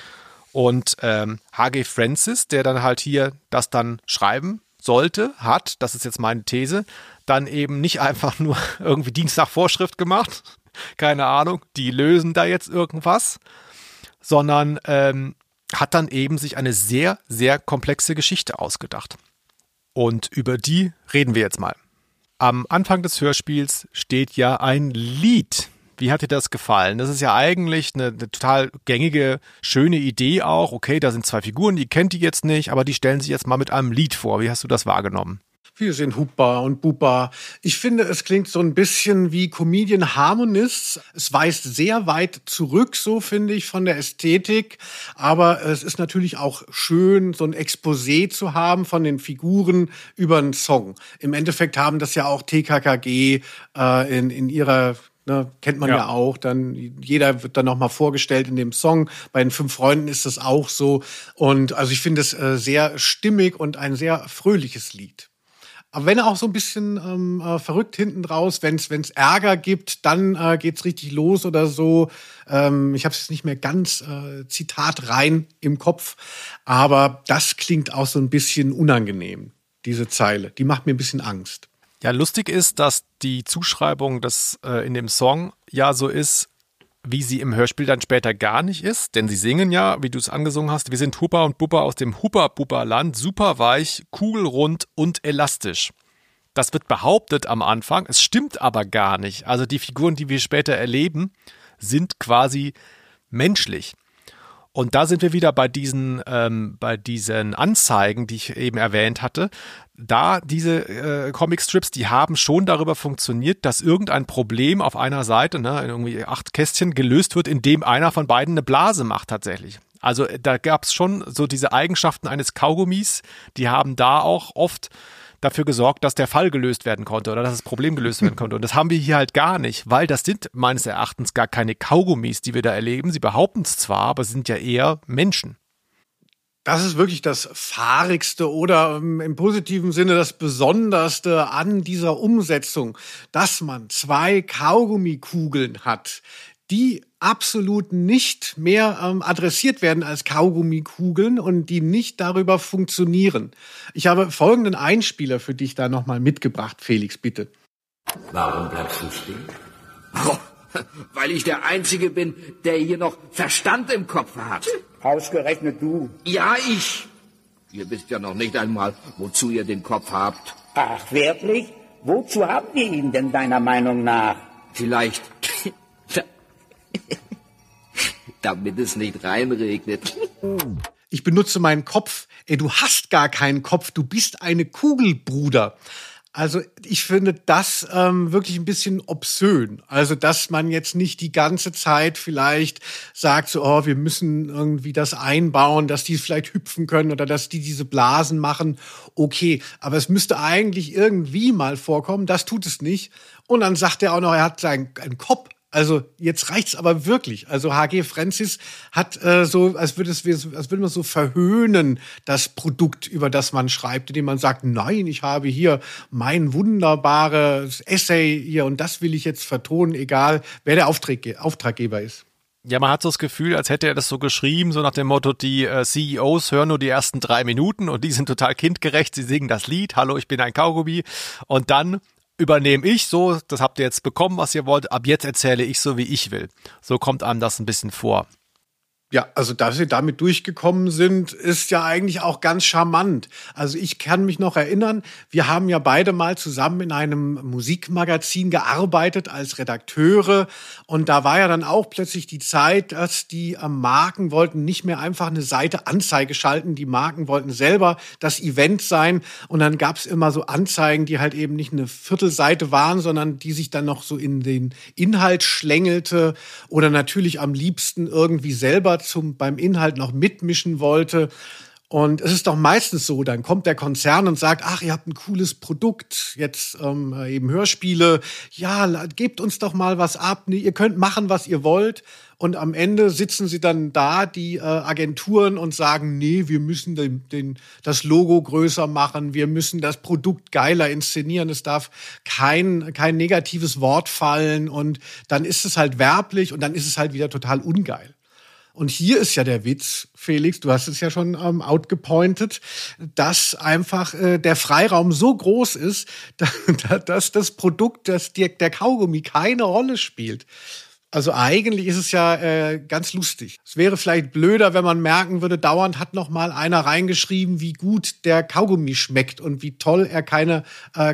Und H.G. Francis, der dann halt hier das dann schreiben sollte, hat, das ist jetzt meine These, dann eben nicht einfach nur irgendwie Dienst nach Vorschrift gemacht, keine Ahnung, die lösen da jetzt irgendwas, sondern hat dann eben sich eine sehr, sehr komplexe Geschichte ausgedacht. Und über die reden wir jetzt mal. Am Anfang des Hörspiels steht ja ein Lied. Wie hat dir das gefallen? Das ist ja eigentlich eine total gängige, schöne Idee auch. Okay, da sind 2 Figuren, die kennt die jetzt nicht, aber die stellen sich jetzt mal mit einem Lied vor. Wie hast du das wahrgenommen?
Wir sind Hubba und Bubba. Ich finde, es klingt so ein bisschen wie Comedian Harmonists. Es weist sehr weit zurück, so finde ich, von der Ästhetik. Aber es ist natürlich auch schön, so ein Exposé zu haben von den Figuren über einen Song. Im Endeffekt haben das ja auch TKKG in ihrer... Ne, kennt man ja auch, dann jeder wird dann nochmal vorgestellt in dem Song. Bei den 5 Freunden ist das auch so. Und also ich finde es sehr stimmig und ein sehr fröhliches Lied. Aber wenn auch so ein bisschen verrückt hinten raus, wenn es Ärger gibt, dann geht's richtig los oder so. Ich habe es jetzt nicht mehr ganz Zitat rein im Kopf, aber das klingt auch so ein bisschen unangenehm, diese Zeile. Die macht mir ein bisschen Angst.
Ja, lustig ist, dass die Zuschreibung des in dem Song ja so ist, wie sie im Hörspiel dann später gar nicht ist. Denn sie singen ja, wie du es angesungen hast, wir sind Hubba und Bubba aus dem Hubba-Bubba-Land, super weich, kugelrund und elastisch. Das wird behauptet am Anfang, es stimmt aber gar nicht. Also die Figuren, die wir später erleben, sind quasi menschlich. Und da sind wir wieder bei diesen Anzeigen, die ich eben erwähnt hatte. Da diese Comicstrips, die haben schon darüber funktioniert, dass irgendein Problem auf einer Seite, ne, in irgendwie 8 Kästchen gelöst wird, indem einer von beiden eine Blase macht tatsächlich. Also da gab es schon so diese Eigenschaften eines Kaugummis, die haben da auch oft dafür gesorgt, dass der Fall gelöst werden konnte oder dass das Problem gelöst werden konnte. Und das haben wir hier halt gar nicht, weil das sind meines Erachtens gar keine Kaugummis, die wir da erleben. Sie behaupten es zwar, aber sie sind ja eher Menschen.
Das ist wirklich das Fahrigste oder im positiven Sinne das Besonderste an dieser Umsetzung, dass man 2 Kaugummikugeln hat, die absolut nicht mehr adressiert werden als Kaugummikugeln und die nicht darüber funktionieren. Ich habe folgenden Einspieler für dich da nochmal mitgebracht, Felix, bitte.
Warum bleibst du stehen? Oh, weil ich der Einzige bin, der hier noch Verstand im Kopf hat.
Ausgerechnet du.
Ja, ich. Ihr wisst ja noch nicht einmal, wozu ihr den Kopf habt.
Ach, wirklich? Wozu haben wir ihn denn deiner Meinung nach?
Vielleicht, damit es nicht reinregnet.
Ich benutze meinen Kopf. Ey, du hast gar keinen Kopf, du bist eine Kugel, Bruder. Also ich finde das wirklich ein bisschen obszön. Also dass man jetzt nicht die ganze Zeit vielleicht sagt, so, oh, wir müssen irgendwie das einbauen, dass die vielleicht hüpfen können oder dass die diese Blasen machen. Okay, aber es müsste eigentlich irgendwie mal vorkommen. Das tut es nicht. Und dann sagt er auch noch, er hat einen Kopf. Also jetzt reicht's aber wirklich. Also H.G. Francis hat so, als würde man so verhöhnen, das Produkt, über das man schreibt, indem man sagt, nein, ich habe hier mein wunderbares Essay hier und das will ich jetzt vertonen, egal wer der Auftraggeber ist.
Ja, man hat so das Gefühl, als hätte er das so geschrieben, so nach dem Motto, die CEOs hören nur die ersten 3 Minuten und die sind total kindgerecht, sie singen das Lied, hallo, ich bin ein Kaugummi, und dann übernehme ich so, das habt ihr jetzt bekommen, was ihr wollt, ab jetzt erzähle ich so, wie ich will. So kommt einem das ein bisschen vor.
Ja, also dass sie damit durchgekommen sind, ist ja eigentlich auch ganz charmant. Also ich kann mich noch erinnern, wir haben ja beide mal zusammen in einem Musikmagazin gearbeitet als Redakteure und da war ja dann auch plötzlich die Zeit, dass die Marken wollten nicht mehr einfach eine Seite Anzeige schalten, die Marken wollten selber das Event sein und dann gab's immer so Anzeigen, die halt eben nicht eine Viertelseite waren, sondern die sich dann noch so in den Inhalt schlängelte oder natürlich am liebsten irgendwie selber beim Inhalt noch mitmischen wollte. Und es ist doch meistens so, dann kommt der Konzern und sagt, ach, ihr habt ein cooles Produkt, jetzt eben Hörspiele, ja, gebt uns doch mal was ab, ihr könnt machen, was ihr wollt. Und am Ende sitzen sie dann da, die Agenturen, und sagen, nee, wir müssen das Logo größer machen, wir müssen das Produkt geiler inszenieren, es darf kein negatives Wort fallen und dann ist es halt werblich und dann ist es halt wieder total ungeil. Und hier ist ja der Witz, Felix, du hast es ja schon outgepointet, dass einfach der Freiraum so groß ist, dass das Produkt, der Kaugummi keine Rolle spielt. Also eigentlich ist es ja ganz lustig. Es wäre vielleicht blöder, wenn man merken würde, dauernd hat noch mal einer reingeschrieben, wie gut der Kaugummi schmeckt und wie toll er keine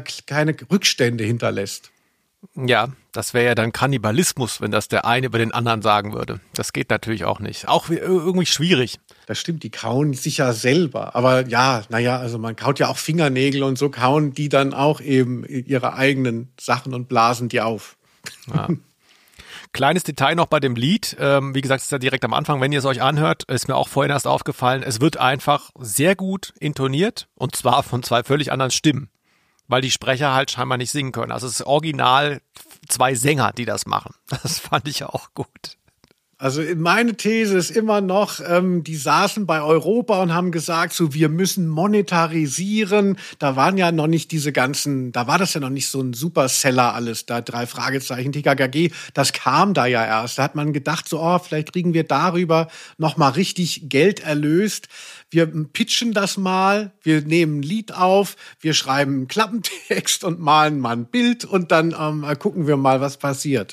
Rückstände hinterlässt.
Ja, das wäre ja dann Kannibalismus, wenn das der eine über den anderen sagen würde. Das geht natürlich auch nicht. Auch irgendwie schwierig.
Das stimmt, die kauen sich ja selber. Aber ja, also man kaut ja auch Fingernägel und so kauen die dann auch eben ihre eigenen Sachen und blasen die auf.
Ja. Kleines Detail noch bei dem Lied. Wie gesagt, es ist ja direkt am Anfang, wenn ihr es euch anhört, ist mir auch vorhin erst aufgefallen, es wird einfach sehr gut intoniert und zwar von 2 völlig anderen Stimmen. Weil die Sprecher halt scheinbar nicht singen können. Also es ist original 2 Sänger, die das machen. Das fand ich auch gut.
Also meine These ist immer noch, die saßen bei Europa und haben gesagt, so wir müssen monetarisieren. Da waren ja noch nicht da war das ja noch nicht so ein Superseller alles, da 3 Fragezeichen, TKKG, das kam da ja erst. Da hat man gedacht, so, oh, vielleicht kriegen wir darüber noch mal richtig Geld erlöst. Wir pitchen das mal, wir nehmen ein Lied auf, wir schreiben einen Klappentext und malen mal ein Bild und dann gucken wir mal, was passiert.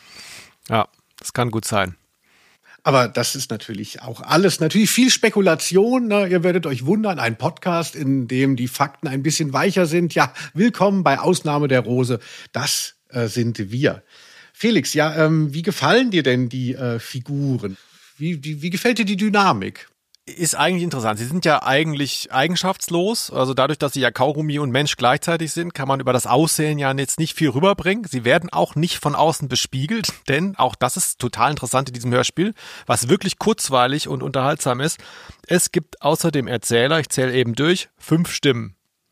Ja, das kann gut sein.
Aber das ist natürlich auch alles, natürlich viel Spekulation. Ne? Ihr werdet euch wundern, ein Podcast, in dem die Fakten ein bisschen weicher sind. Ja, willkommen bei Ausnahme der Rose. Das sind wir. Felix, ja, wie gefallen dir denn die Figuren? Wie gefällt dir die Dynamik?
Ist eigentlich interessant. Sie sind ja eigentlich eigenschaftslos. Also dadurch, dass sie ja Kaugummi und Mensch gleichzeitig sind, kann man über das Aussehen ja jetzt nicht viel rüberbringen. Sie werden auch nicht von außen bespiegelt, denn auch das ist total interessant in diesem Hörspiel, was wirklich kurzweilig und unterhaltsam ist. Es gibt außer dem Erzähler, ich zähle eben durch, 5 Stimmen.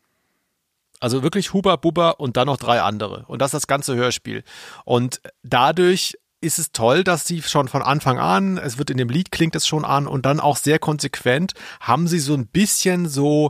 Also wirklich Huber, Bubber und dann noch 3 andere. Und das ist das ganze Hörspiel. Und dadurch ist es toll, dass sie schon von Anfang an, es wird in dem Lied, klingt es schon an und dann auch sehr konsequent, haben sie so ein bisschen so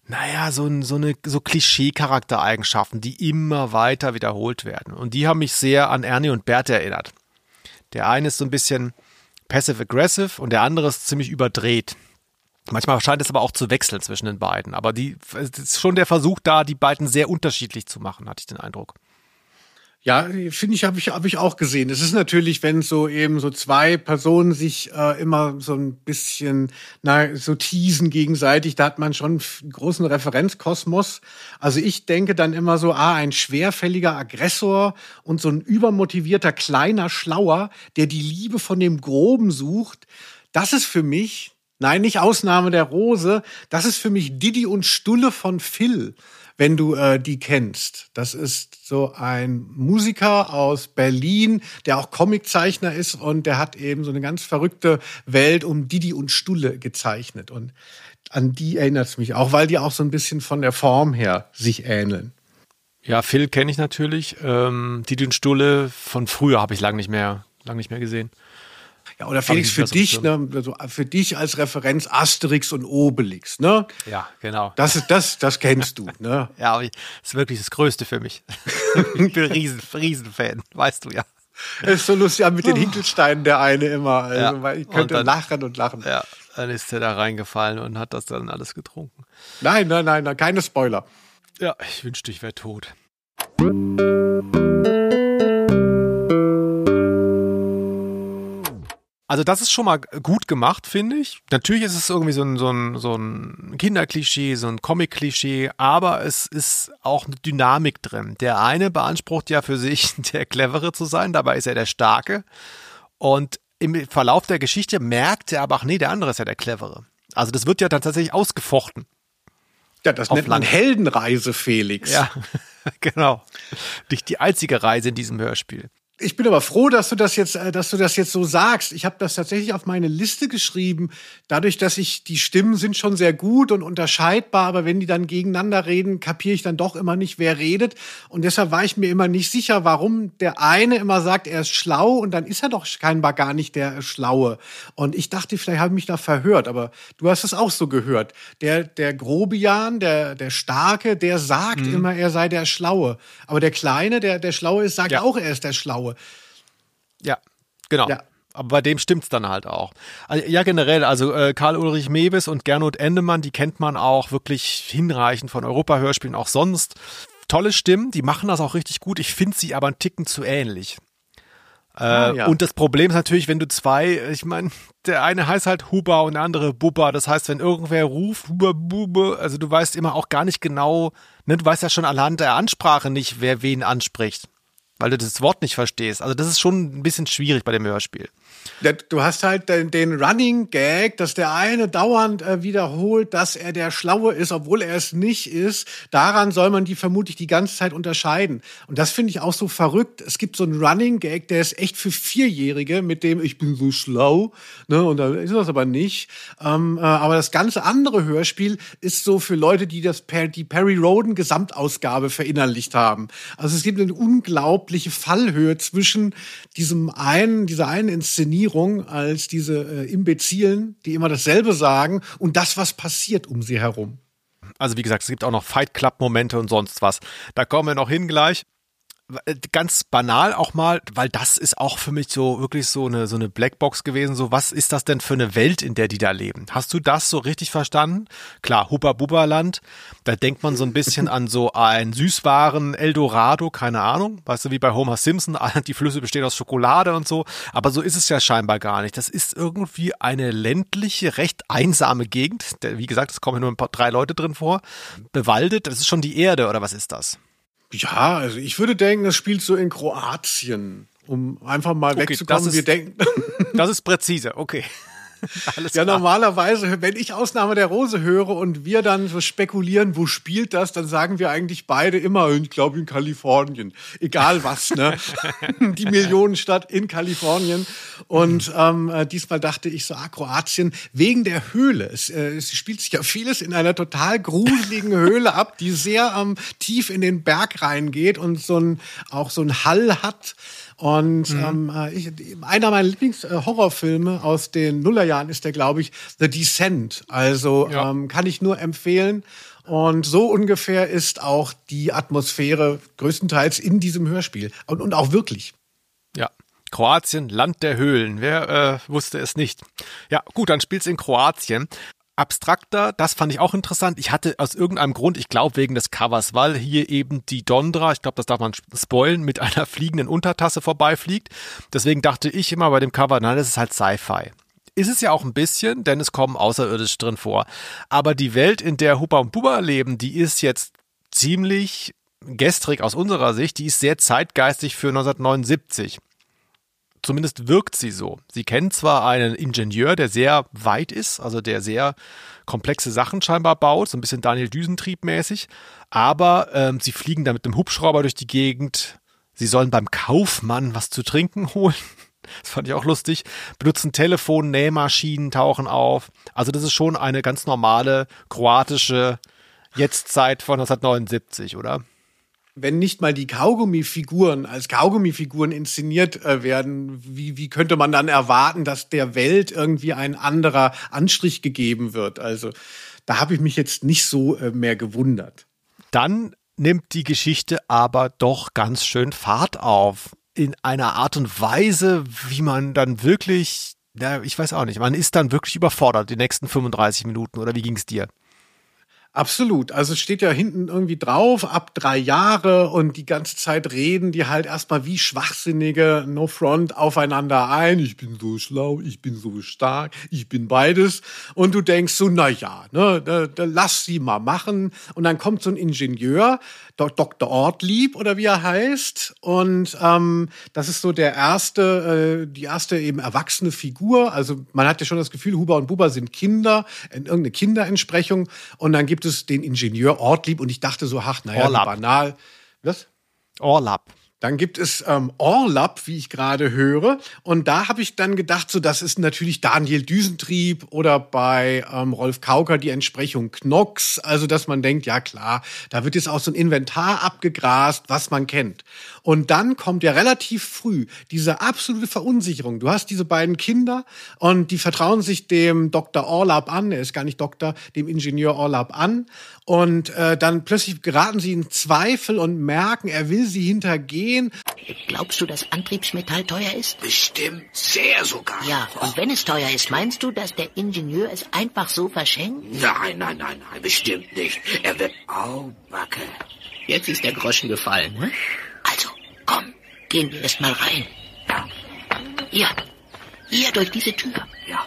Klischee-Charaktereigenschaften, die immer weiter wiederholt werden. Und die haben mich sehr an Ernie und Bert erinnert. Der eine ist so ein bisschen passive-aggressive und der andere ist ziemlich überdreht. Manchmal scheint es aber auch zu wechseln zwischen den beiden. Aber es ist schon der Versuch da, die beiden sehr unterschiedlich zu machen, hatte ich den Eindruck.
Ja, finde ich, habe ich auch gesehen. Es ist natürlich, wenn so eben so zwei Personen sich immer so ein bisschen so teasen gegenseitig, da hat man schon einen großen Referenzkosmos. Also ich denke dann immer so, ein schwerfälliger Aggressor und so ein übermotivierter kleiner Schlauer, der die Liebe von dem Groben sucht. Das ist für mich, nein, nicht Ausnahme der Rose, das ist für mich Didi und Stulle von Phil. Wenn du die kennst. Das ist so ein Musiker aus Berlin, der auch Comiczeichner ist und der hat eben so eine ganz verrückte Welt um Didi und Stulle gezeichnet. Und an die erinnert es mich auch, weil die auch so ein bisschen von der Form her sich ähneln.
Ja, Phil kenne ich natürlich. Didi und Stulle von früher habe ich lang nicht mehr gesehen.
Ja, oder Felix, für dich, ne, also für dich als Referenz Asterix und Obelix, ne?
Ja, genau.
Das kennst du, ne?
Ja, aber das ist wirklich das Größte für mich. Ich bin Riesenfan, weißt du ja.
Es ist so lustig, mit den Hinkelsteinen der eine immer. Also,
ja,
weil ich könnte lachen und lachen.
Ja, dann ist er da reingefallen und hat das dann alles getrunken.
Nein, keine Spoiler.
Ja, ich wünschte, ich wäre tot. Also das ist schon mal gut gemacht, finde ich. Natürlich ist es irgendwie so ein Kinderklischee, so ein Comic-Klischee, aber es ist auch eine Dynamik drin. Der eine beansprucht ja für sich, der Clevere zu sein, dabei ist er der Starke. Und im Verlauf der Geschichte merkt er aber, ach nee, der andere ist ja der Clevere. Also das wird ja dann tatsächlich ausgefochten.
Ja, das nennt man Heldenreise, Felix.
Ja, genau. Nicht die einzige Reise in diesem Hörspiel.
Ich bin aber froh, dass du das jetzt so sagst. Ich habe das tatsächlich auf meine Liste geschrieben. Dadurch, dass die Stimmen sind schon sehr gut und unterscheidbar, aber wenn die dann gegeneinander reden, kapiere ich dann doch immer nicht, wer redet. Und deshalb war ich mir immer nicht sicher, warum der eine immer sagt, er ist schlau und dann ist er doch scheinbar gar nicht der Schlaue. Und ich dachte, vielleicht habe ich mich da verhört, aber du hast es auch so gehört. Der Grobian, der Starke, der sagt immer, er sei der Schlaue. Aber der Kleine, der Schlaue ist, sagt auch, er ist der Schlaue.
Ja, genau. Ja. Aber bei dem stimmt's dann halt auch. Also, ja, generell, also Karl-Ulrich Mewes und Gernot Endemann, die kennt man auch wirklich hinreichend von Europa-Hörspielen, auch sonst. Tolle Stimmen, die machen das auch richtig gut. Ich finde sie aber einen Ticken zu ähnlich. Und das Problem ist natürlich, wenn du ich meine, der eine heißt halt Huber und der andere Bubba. Das heißt, wenn irgendwer ruft, Huber, Bube, also du weißt immer auch gar nicht genau, ne, du weißt ja schon anhand der Ansprache nicht, wer wen anspricht. Weil du das Wort nicht verstehst. Also das ist schon ein bisschen schwierig bei dem Hörspiel.
Du hast halt den Running Gag, dass der eine dauernd wiederholt, dass er der Schlaue ist, obwohl er es nicht ist. Daran soll man die vermutlich die ganze Zeit unterscheiden. Und das finde ich auch so verrückt. Es gibt so einen Running Gag, der ist echt für Vierjährige, mit dem ich bin so schlau. Ne? Und da ist das aber nicht. Aber das ganze andere Hörspiel ist so für Leute, die die Perry Rhodan Gesamtausgabe verinnerlicht haben. Also es gibt eine unglaubliche Fallhöhe zwischen dieser einen Inszenierung als diese Imbezilen, die immer dasselbe sagen und das, was passiert um sie herum.
Also wie gesagt, es gibt auch noch Fight Club-Momente und sonst was. Da kommen wir noch hin gleich. Ganz banal auch mal, weil das ist auch für mich so wirklich so eine Blackbox gewesen. So, was ist das denn für eine Welt, in der die da leben? Hast du das so richtig verstanden? Klar, Hubba-Bubba-Land, da denkt man so ein bisschen an so ein Süßwaren Eldorado, keine Ahnung. Weißt du, wie bei Homer Simpson, die Flüsse bestehen aus Schokolade und so. Aber so ist es ja scheinbar gar nicht. Das ist irgendwie eine ländliche, recht einsame Gegend. Wie gesagt, es kommen nur 3 Leute drin vor. Bewaldet, das ist schon die Erde, oder was ist das?
Ja, also ich würde denken, das spielt so in Kroatien, um einfach mal wegzukommen.
Das ist präzise, okay. Alles klar.
Normalerweise, wenn ich Ausnahme der Rose höre und wir dann so spekulieren, wo spielt das, dann sagen wir eigentlich beide immer, ich glaube in Kalifornien. Egal was, ne? Die Millionenstadt in Kalifornien. Und diesmal dachte ich so, Kroatien, wegen der Höhle. Es spielt sich ja vieles in einer total gruseligen Höhle ab, die sehr tief in den Berg reingeht und auch so ein Hall hat. Und einer meiner Lieblings-Horrorfilme aus den Nullerjahren ist der, glaube ich, The Descent. Also kann ich nur empfehlen. Und so ungefähr ist auch die Atmosphäre größtenteils in diesem Hörspiel. Und auch wirklich.
Ja. Kroatien, Land der Höhlen. Wer wusste es nicht? Ja, gut, dann spielt's in Kroatien. Abstrakter, das fand ich auch interessant. Ich hatte aus irgendeinem Grund, ich glaube wegen des Covers, weil hier eben die Dondra, ich glaube, das darf man spoilen, mit einer fliegenden Untertasse vorbeifliegt. Deswegen dachte ich immer bei dem Cover, nein, das ist halt Sci-Fi. Ist es ja auch ein bisschen, denn es kommen Außerirdische drin vor. Aber die Welt, in der Hubba und Bubba leben, die ist jetzt ziemlich gestrig aus unserer Sicht. Die ist sehr zeitgeistig für 1979. Zumindest wirkt sie so. Sie kennen zwar einen Ingenieur, der sehr weit ist, also der sehr komplexe Sachen scheinbar baut, so ein bisschen Daniel Düsentrieb-mäßig, aber sie fliegen da mit einem Hubschrauber durch die Gegend. Sie sollen beim Kaufmann was zu trinken holen. Das fand ich auch lustig. Benutzen Telefon, Nähmaschinen tauchen auf. Also das ist schon eine ganz normale kroatische Jetztzeit von 1979, oder?
Wenn nicht mal die Kaugummifiguren als Kaugummifiguren inszeniert werden, wie könnte man dann erwarten, dass der Welt irgendwie ein anderer Anstrich gegeben wird? Also da habe ich mich jetzt nicht so mehr gewundert.
Dann nimmt die Geschichte aber doch ganz schön Fahrt auf. In einer Art und Weise, wie man dann wirklich, ich weiß auch nicht, man ist dann wirklich überfordert die nächsten 35 Minuten. Oder wie ging es dir?
Absolut. Also es steht ja hinten irgendwie drauf, ab 3 Jahre und die ganze Zeit reden die halt erstmal wie Schwachsinnige No Front aufeinander ein. Ich bin so schlau, ich bin so stark, ich bin beides. Und du denkst so, na ja, ne, lass sie mal machen. Und dann kommt so ein Ingenieur, Dr. Ortlieb oder wie er heißt. Und das ist so die erste eben erwachsene Figur. Also man hat ja schon das Gefühl, Hubba und Bubba sind Kinder, irgendeine Kinderentsprechung. Und dann gibt es den Ingenieur Ortlieb und ich dachte so, banal. Was?
Orlap.
Dann gibt es Orlap, wie ich gerade höre. Und da habe ich dann gedacht, so das ist natürlich Daniel Düsentrieb oder bei Rolf Kauker die Entsprechung Knox. Also dass man denkt, ja klar, da wird jetzt auch so ein Inventar abgegrast, was man kennt. Und dann kommt ja relativ früh diese absolute Verunsicherung. Du hast diese beiden Kinder und die vertrauen sich dem Dr. Orlap an. Er ist gar nicht Doktor, dem Ingenieur Orlap an. Und dann plötzlich geraten sie in Zweifel und merken, er will sie hintergehen.
Glaubst du, dass Antriebsmetall teuer ist?
Bestimmt sehr sogar.
Ja, und wenn es teuer ist, meinst du, dass der Ingenieur es einfach so verschenkt?
Nein, bestimmt nicht. Er wird... Au, Backe.
Jetzt ist der Groschen gefallen, ne? Also, komm, gehen wir erst mal rein. Ja. Hier durch diese Tür.
Ja.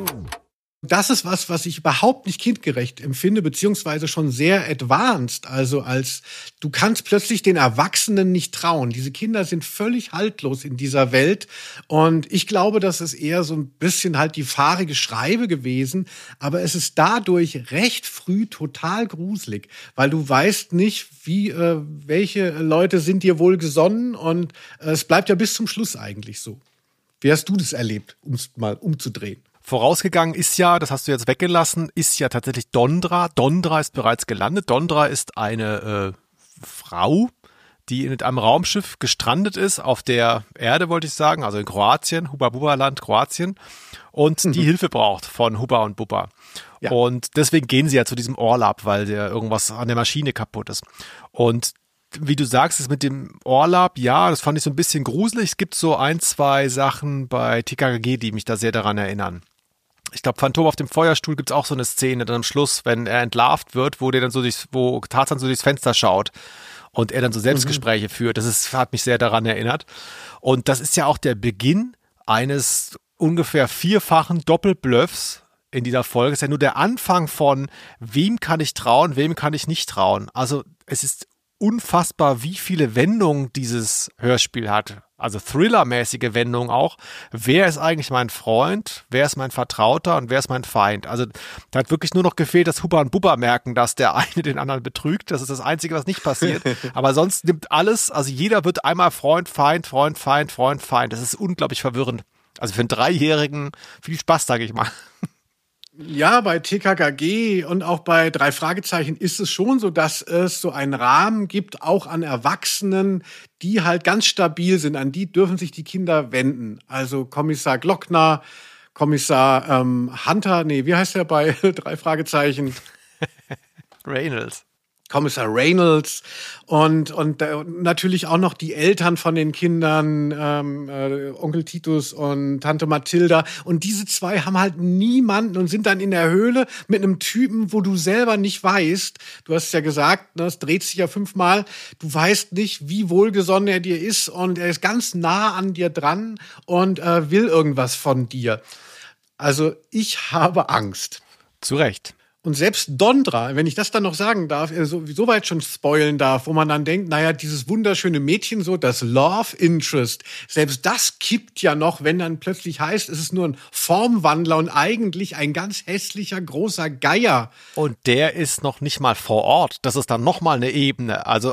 Das ist was ich überhaupt nicht kindgerecht empfinde, beziehungsweise schon sehr advanced. Also du kannst plötzlich den Erwachsenen nicht trauen. Diese Kinder sind völlig haltlos in dieser Welt. Und ich glaube, das ist eher so ein bisschen halt die fahrige Schreibe gewesen. Aber es ist dadurch recht früh total gruselig, weil du weißt nicht, welche Leute sind dir wohl gesonnen. Und es bleibt ja bis zum Schluss eigentlich so. Wie hast du das erlebt, um es mal umzudrehen?
Vorausgegangen ist ja, das hast du jetzt weggelassen, ist ja tatsächlich Dondra. Dondra ist bereits gelandet. Dondra ist eine Frau, die mit einem Raumschiff gestrandet ist auf der Erde, wollte ich sagen, also in Kroatien, Hubba-Bubba-Land, Kroatien, und die Hilfe braucht von Hubba und Bubba. Ja. Und deswegen gehen sie ja zu diesem Orlap, weil der irgendwas an der Maschine kaputt ist. Und wie du sagst, ist mit dem Orlap, ja, das fand ich so ein bisschen gruselig. Es gibt so 1, 2 Sachen bei TKKG, die mich da sehr daran erinnern. Ich glaube, Phantom auf dem Feuerstuhl gibt es auch so eine Szene dann am Schluss, wenn er entlarvt wird, wo Tarzan so durchs Fenster schaut und er dann so Selbstgespräche führt. Hat mich sehr daran erinnert. Und das ist ja auch der Beginn eines ungefähr 4-fachen Doppelbluffs in dieser Folge. Es ist ja nur der Anfang von, wem kann ich trauen, wem kann ich nicht trauen. Also es ist unfassbar, wie viele Wendungen dieses Hörspiel hat. Also Thriller-mäßige Wendungen auch. Wer ist eigentlich mein Freund? Wer ist mein Vertrauter? Und wer ist mein Feind? Also da hat wirklich nur noch gefehlt, dass Hubba und Bubba merken, dass der eine den anderen betrügt. Das ist das Einzige, was nicht passiert. Aber sonst nimmt alles, also jeder wird einmal Freund, Feind, Freund, Feind, Freund, Feind. Das ist unglaublich verwirrend. Also für einen 3-Jährigen viel Spaß, sage ich mal.
Ja, bei TKKG und auch bei 3 Fragezeichen ist es schon so, dass es so einen Rahmen gibt, auch an Erwachsenen, die halt ganz stabil sind. An die dürfen sich die Kinder wenden. Also Kommissar Glockner, Kommissar Hunter, wie heißt der bei 3 Fragezeichen?
Reynolds.
Kommissar Reynolds und natürlich auch noch die Eltern von den Kindern, Onkel Titus und Tante Mathilda. Und diese 2 haben halt niemanden und sind dann in der Höhle mit einem Typen, wo du selber nicht weißt, du hast ja gesagt, ne, es dreht sich ja 5-mal, du weißt nicht, wie wohlgesonnen er dir ist und er ist ganz nah an dir dran und will irgendwas von dir. Also ich habe Angst.
Zu Recht.
Und selbst Dondra, wenn ich das dann noch sagen darf, so weit schon spoilen darf, wo man dann denkt, naja, dieses wunderschöne Mädchen, so das Love Interest, selbst das kippt ja noch, wenn dann plötzlich heißt, es ist nur ein Formwandler und eigentlich ein ganz hässlicher, großer Geier.
Und der ist noch nicht mal vor Ort. Das ist dann noch mal eine Ebene. Also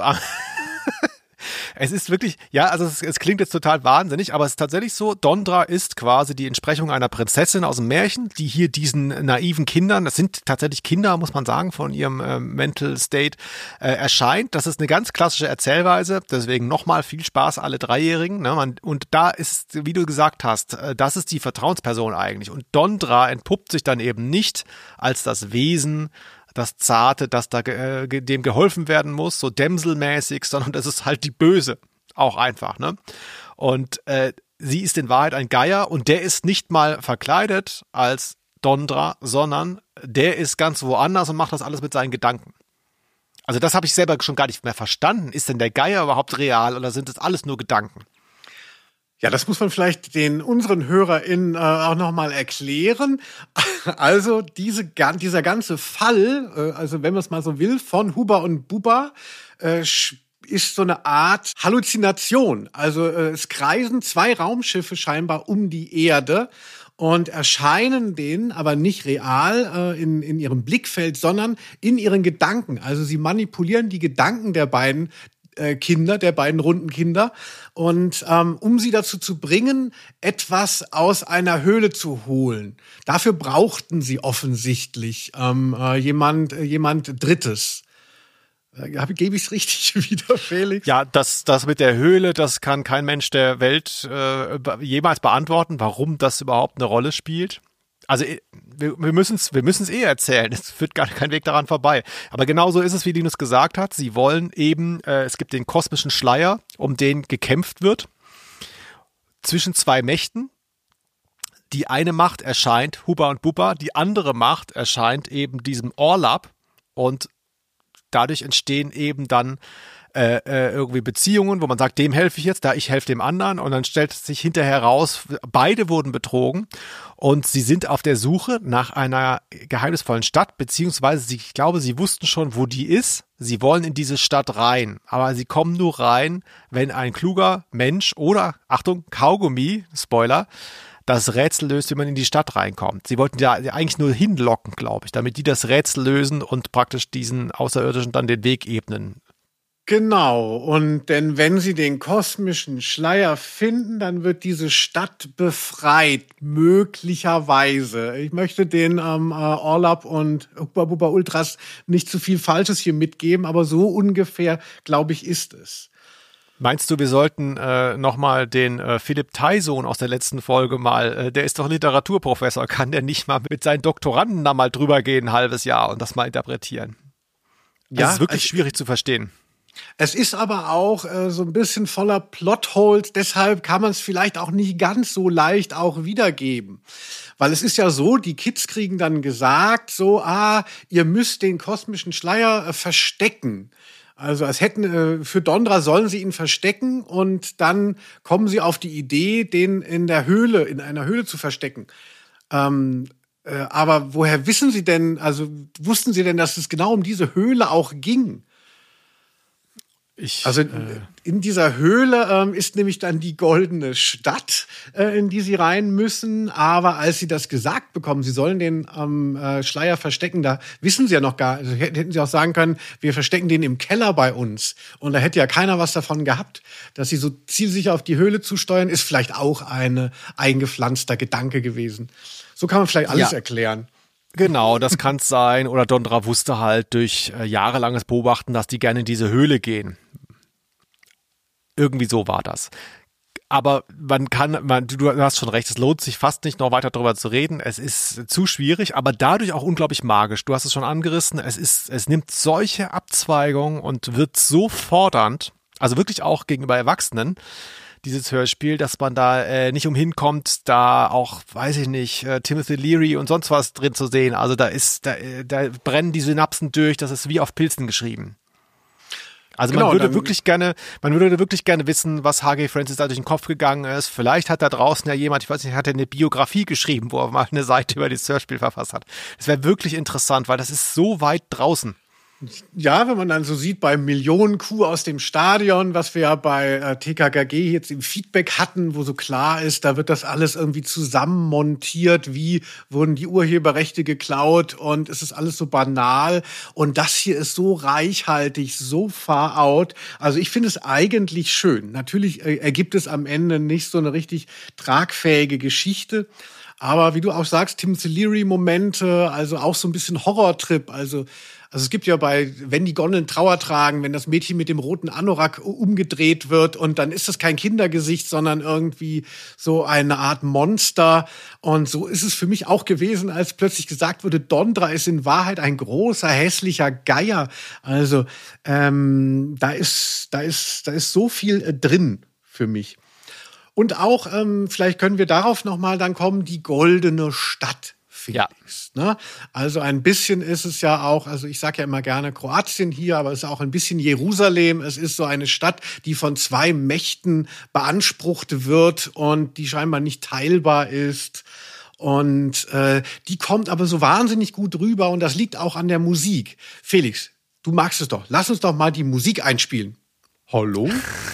es ist wirklich, ja, also es klingt jetzt total wahnsinnig, aber es ist tatsächlich so, Dondra ist quasi die Entsprechung einer Prinzessin aus dem Märchen, die hier diesen naiven Kindern, das sind tatsächlich Kinder, muss man sagen, von ihrem Mental State, erscheint. Das ist eine ganz klassische Erzählweise, deswegen nochmal viel Spaß alle Dreijährigen. Ne? Und da ist, wie du gesagt hast, das ist die Vertrauensperson eigentlich. Und Dondra entpuppt sich dann eben nicht als das Wesen, das Zarte, das da dem geholfen werden muss, so dämselmäßig, sondern das ist halt die Böse, auch einfach, ne? Und sie ist in Wahrheit ein Geier und der ist nicht mal verkleidet als Dondra, sondern der ist ganz woanders und macht das alles mit seinen Gedanken. Also das habe ich selber schon gar nicht mehr verstanden. Ist denn der Geier überhaupt real oder sind das alles nur Gedanken?
Ja, das muss man vielleicht unseren HörerInnen auch nochmal erklären. Also dieser ganze Fall, also wenn man es mal so will, von Hubba und Bubba, ist so eine Art Halluzination. Also es kreisen 2 Raumschiffe scheinbar um die Erde und erscheinen denen aber nicht real in ihrem Blickfeld, sondern in ihren Gedanken. Also sie manipulieren die Gedanken der beiden Kinder, der beiden runden Kinder, und um sie dazu zu bringen, etwas aus einer Höhle zu holen. Dafür brauchten sie offensichtlich jemand Drittes. Gebe ich es richtig wieder, Felix?
Ja, das mit der Höhle, das kann kein Mensch der Welt jemals beantworten, warum das überhaupt eine Rolle spielt. Also wir müssen es erzählen, es führt gar kein Weg daran vorbei. Aber genauso ist es, wie Linus gesagt hat, sie wollen eben, es gibt den kosmischen Schleier, um den gekämpft wird, zwischen 2 Mächten. Die eine Macht erscheint Hubba und Bubba, die andere Macht erscheint eben diesem Orlap und dadurch entstehen eben dann irgendwie Beziehungen, wo man sagt, dem helfe ich jetzt, ich helfe dem anderen, und dann stellt sich hinterher raus, beide wurden betrogen und sie sind auf der Suche nach einer geheimnisvollen Stadt, beziehungsweise ich glaube, sie wussten schon, wo die ist. Sie wollen in diese Stadt rein, aber sie kommen nur rein, wenn ein kluger Mensch oder, Achtung, Kaugummi, Spoiler, das Rätsel löst, wie man in die Stadt reinkommt. Sie wollten ja eigentlich nur hinlocken, glaube ich, damit die das Rätsel lösen und praktisch diesen Außerirdischen dann den Weg ebnen.
Genau, und denn wenn sie den kosmischen Schleier finden, dann wird diese Stadt befreit, möglicherweise. Ich möchte den Orlap und Hubba Bubba Ultras nicht zu viel Falsches hier mitgeben, aber so ungefähr, glaube ich, ist es.
Meinst du, wir sollten nochmal den Philipp Theissohn aus der letzten Folge mal, der ist doch Literaturprofessor, kann der nicht mal mit seinen Doktoranden da mal drüber gehen, ein halbes Jahr, und das mal interpretieren? Das ist wirklich schwierig zu verstehen.
Es ist aber auch so ein bisschen voller Plotholes, deshalb kann man es vielleicht auch nicht ganz so leicht auch wiedergeben. Weil es ist ja so, die Kids kriegen dann gesagt, so, ihr müsst den kosmischen Schleier verstecken. Also als hätten für Dondra sollen sie ihn verstecken und dann kommen sie auf die Idee, den in einer Höhle zu verstecken. Aber woher wissen sie denn, also wussten sie denn, dass es genau um diese Höhle auch ging? In dieser Höhle ist nämlich dann die goldene Stadt, in die sie rein müssen. Aber als sie das gesagt bekommen, sie sollen den Schleier verstecken, da wissen sie ja noch gar, also hätten sie auch sagen können, wir verstecken den im Keller bei uns. Und da hätte ja keiner was davon gehabt. Dass sie so zielsicher auf die Höhle zusteuern, ist vielleicht auch ein eingepflanzter Gedanke gewesen. So kann man vielleicht alles erklären.
Genau, das kann es sein. Oder Dondra wusste halt durch jahrelanges Beobachten, dass die gerne in diese Höhle gehen. Irgendwie so war das. Aber du hast schon recht, es lohnt sich fast nicht, noch weiter darüber zu reden. Es ist zu schwierig, aber dadurch auch unglaublich magisch. Du hast es schon angerissen, es nimmt solche Abzweigungen und wird so fordernd, also wirklich auch gegenüber Erwachsenen, dieses Hörspiel, dass man da nicht umhin kommt, da auch, weiß ich nicht, Timothy Leary und sonst was drin zu sehen. Also da brennen die Synapsen durch, das ist wie auf Pilzen geschrieben. Also genau, man würde wirklich gerne wissen, was H.G. Francis da durch den Kopf gegangen ist. Vielleicht hat da draußen ja jemand, ich weiß nicht, hat er eine Biografie geschrieben, wo er mal eine Seite über das Hörspiel verfasst hat. Das wäre wirklich interessant, weil das ist so weit draußen.
Ja, wenn man dann so sieht, bei Millionen-Kuh aus dem Stadion, was wir ja bei TKKG jetzt im Feedback hatten, wo so klar ist, da wird das alles irgendwie zusammenmontiert, wie wurden die Urheberrechte geklaut und es ist alles so banal und das hier ist so reichhaltig, so far out. Also ich finde es eigentlich schön. Natürlich ergibt es am Ende nicht so eine richtig tragfähige Geschichte, aber wie du auch sagst, Timothy Leary-Momente, also auch so ein bisschen Horrortrip, also es gibt ja wenn die Gondeln Trauer tragen, wenn das Mädchen mit dem roten Anorak umgedreht wird und dann ist das kein Kindergesicht, sondern irgendwie so eine Art Monster. Und so ist es für mich auch gewesen, als plötzlich gesagt wurde, Dondra ist in Wahrheit ein großer, hässlicher Geier. Also da ist so viel drin für mich. Und auch, vielleicht können wir darauf nochmal dann kommen, die goldene Stadt. Felix, ja. Ne? Also ein bisschen ist es ja auch, also ich sage ja immer gerne Kroatien hier, aber es ist auch ein bisschen Jerusalem. Es ist so eine Stadt, die von zwei Mächten beansprucht wird und die scheinbar nicht teilbar ist. Und die kommt aber so wahnsinnig gut rüber und das liegt auch an der Musik. Felix, du magst es doch. Lass uns doch mal die Musik einspielen. Hallo?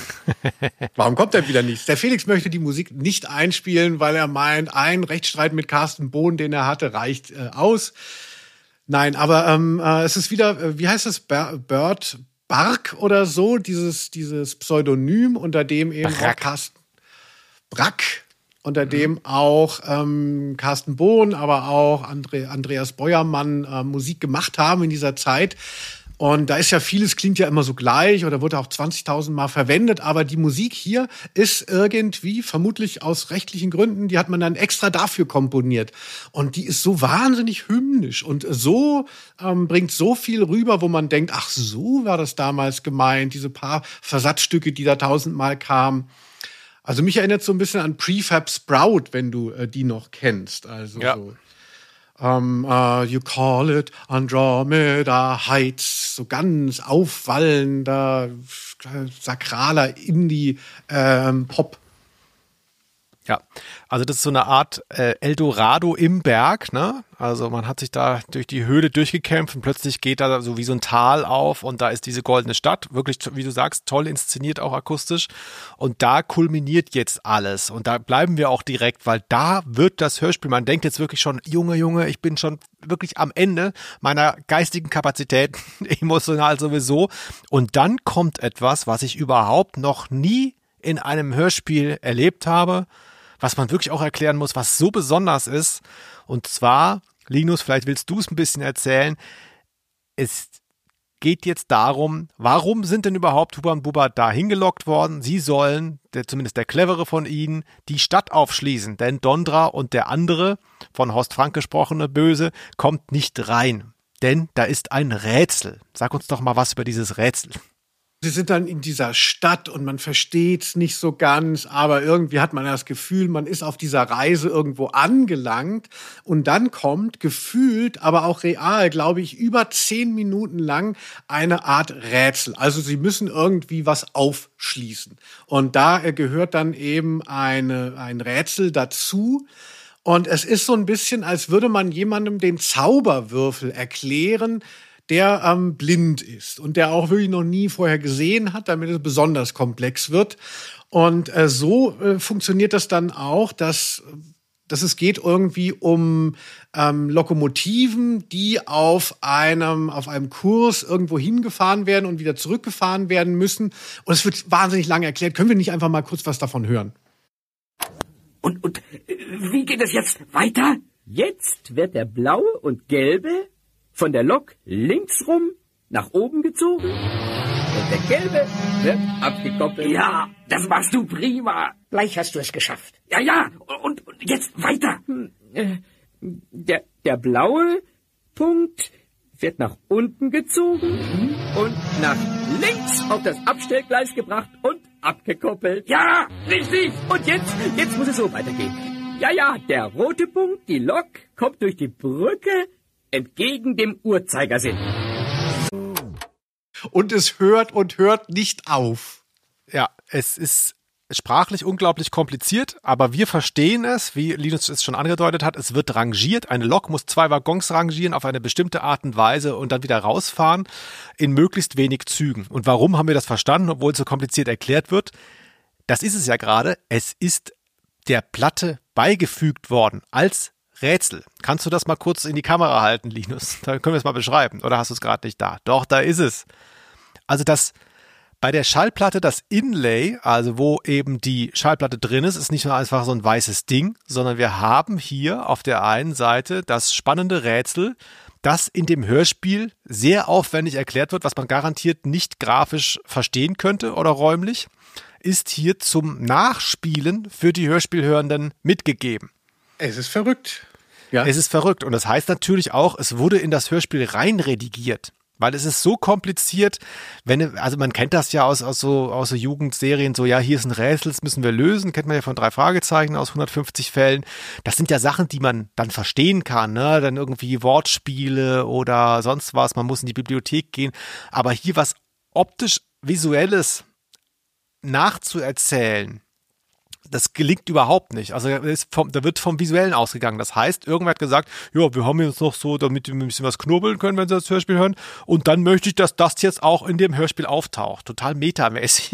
Warum kommt denn wieder nichts? Der Felix möchte die Musik nicht einspielen, weil er meint, ein Rechtsstreit mit Carsten Bohn, den er hatte, reicht aus. Nein, aber es ist wieder, wie heißt das? Bert Bark oder so, dieses Pseudonym, unter dem eben auch Carsten Brack, unter dem auch Carsten Bohn, aber auch Andreas Beuermann Musik gemacht haben in dieser Zeit. Und da ist ja vieles, klingt ja immer so gleich oder wurde auch 20.000 Mal verwendet. Aber die Musik hier ist irgendwie, vermutlich aus rechtlichen Gründen, die hat man dann extra dafür komponiert. Und die ist so wahnsinnig hymnisch und so bringt so viel rüber, wo man denkt, ach, so war das damals gemeint, diese paar Versatzstücke, die da 1000-mal kamen. Also mich erinnert so ein bisschen an Prefab Sprout, wenn du die noch kennst. Also ja. So. You call it Andromeda Heights, so ganz aufwallender, sakraler Indie-Pop.
Ja, also das ist so eine Art Eldorado im Berg, ne? Also man hat sich da durch die Höhle durchgekämpft und plötzlich geht da so wie so ein Tal auf und da ist diese goldene Stadt, wirklich, wie du sagst, toll inszeniert, auch akustisch. Und da kulminiert jetzt alles und da bleiben wir auch direkt, weil da wird das Hörspiel, man denkt jetzt wirklich schon, Junge, ich bin schon wirklich am Ende meiner geistigen Kapazität, emotional sowieso. Und dann kommt etwas, was ich überhaupt noch nie in einem Hörspiel erlebt habe, was man wirklich auch erklären muss, was so besonders ist. Und zwar, Linus, vielleicht willst du es ein bisschen erzählen. Es geht jetzt darum, warum sind denn überhaupt Hubba und Bubba da hingelockt worden? Sie sollen, zumindest der Clevere von ihnen, die Stadt aufschließen. Denn Dondra und der andere, von Horst Frank gesprochene Böse, kommt nicht rein. Denn da ist ein Rätsel. Sag uns doch mal was über dieses Rätsel.
Sie sind dann in dieser Stadt und man versteht es nicht so ganz, aber irgendwie hat man das Gefühl, man ist auf dieser Reise irgendwo angelangt und dann kommt gefühlt, aber auch real, glaube ich, über 10 Minuten lang eine Art Rätsel. Also sie müssen irgendwie was aufschließen und da gehört dann eben ein Rätsel dazu. Und es ist so ein bisschen, als würde man jemandem den Zauberwürfel erklären, der blind ist und der auch wirklich noch nie vorher gesehen hat, damit es besonders komplex wird. Und so funktioniert das dann auch, dass es geht irgendwie um Lokomotiven, die auf einem Kurs irgendwo hingefahren werden und wieder zurückgefahren werden müssen. Und es wird wahnsinnig lange erklärt. Können wir nicht einfach mal kurz was davon hören?
Und wie geht es jetzt weiter?
Jetzt wird der blaue und gelbe von der Lok linksrum nach oben gezogen und der gelbe wird abgekoppelt.
Ja, das machst du prima.
Gleich hast du es geschafft.
Ja, und jetzt weiter.
Der blaue Punkt wird nach unten gezogen und nach links auf das Abstellgleis gebracht und abgekoppelt.
Ja, richtig.
Und jetzt muss es so weitergehen. Ja, der rote Punkt, die Lok, kommt durch die Brücke entgegen dem Uhrzeigersinn.
Und es hört und hört nicht auf.
Ja, es ist sprachlich unglaublich kompliziert, aber wir verstehen es, wie Linus es schon angedeutet hat, es wird rangiert. Eine Lok muss 2 Waggons rangieren auf eine bestimmte Art und Weise und dann wieder rausfahren in möglichst wenig Zügen. Und warum haben wir das verstanden, obwohl es so kompliziert erklärt wird? Das ist es ja gerade. Es ist der Platte beigefügt worden als Rätsel. Kannst du das mal kurz in die Kamera halten, Linus? Da können wir es mal beschreiben. Oder hast du es gerade nicht da? Doch, da ist es. Also bei der Schallplatte das Inlay, also wo eben die Schallplatte drin ist nicht nur einfach so ein weißes Ding, sondern wir haben hier auf der einen Seite das spannende Rätsel, das in dem Hörspiel sehr aufwendig erklärt wird, was man garantiert nicht grafisch verstehen könnte oder räumlich, ist hier zum Nachspielen für die Hörspielhörenden mitgegeben.
Es ist verrückt. Ja.
Es ist verrückt und das heißt natürlich auch, es wurde in das Hörspiel reinredigiert. Weil es ist so kompliziert, also man kennt das ja aus so Jugendserien, so ja, hier ist ein Rätsel, das müssen wir lösen, kennt man ja von 3 Fragezeichen aus 150 Fällen. Das sind ja Sachen, die man dann verstehen kann, ne? Dann irgendwie Wortspiele oder sonst was, man muss in die Bibliothek gehen. Aber hier was optisch-visuelles nachzuerzählen, das gelingt überhaupt nicht. Also da wird vom Visuellen ausgegangen. Das heißt, irgendwer hat gesagt, ja, wir haben jetzt noch so, damit wir ein bisschen was knubbeln können, wenn sie das Hörspiel hören. Und dann möchte ich, dass das jetzt auch in dem Hörspiel auftaucht. Total metamäßig.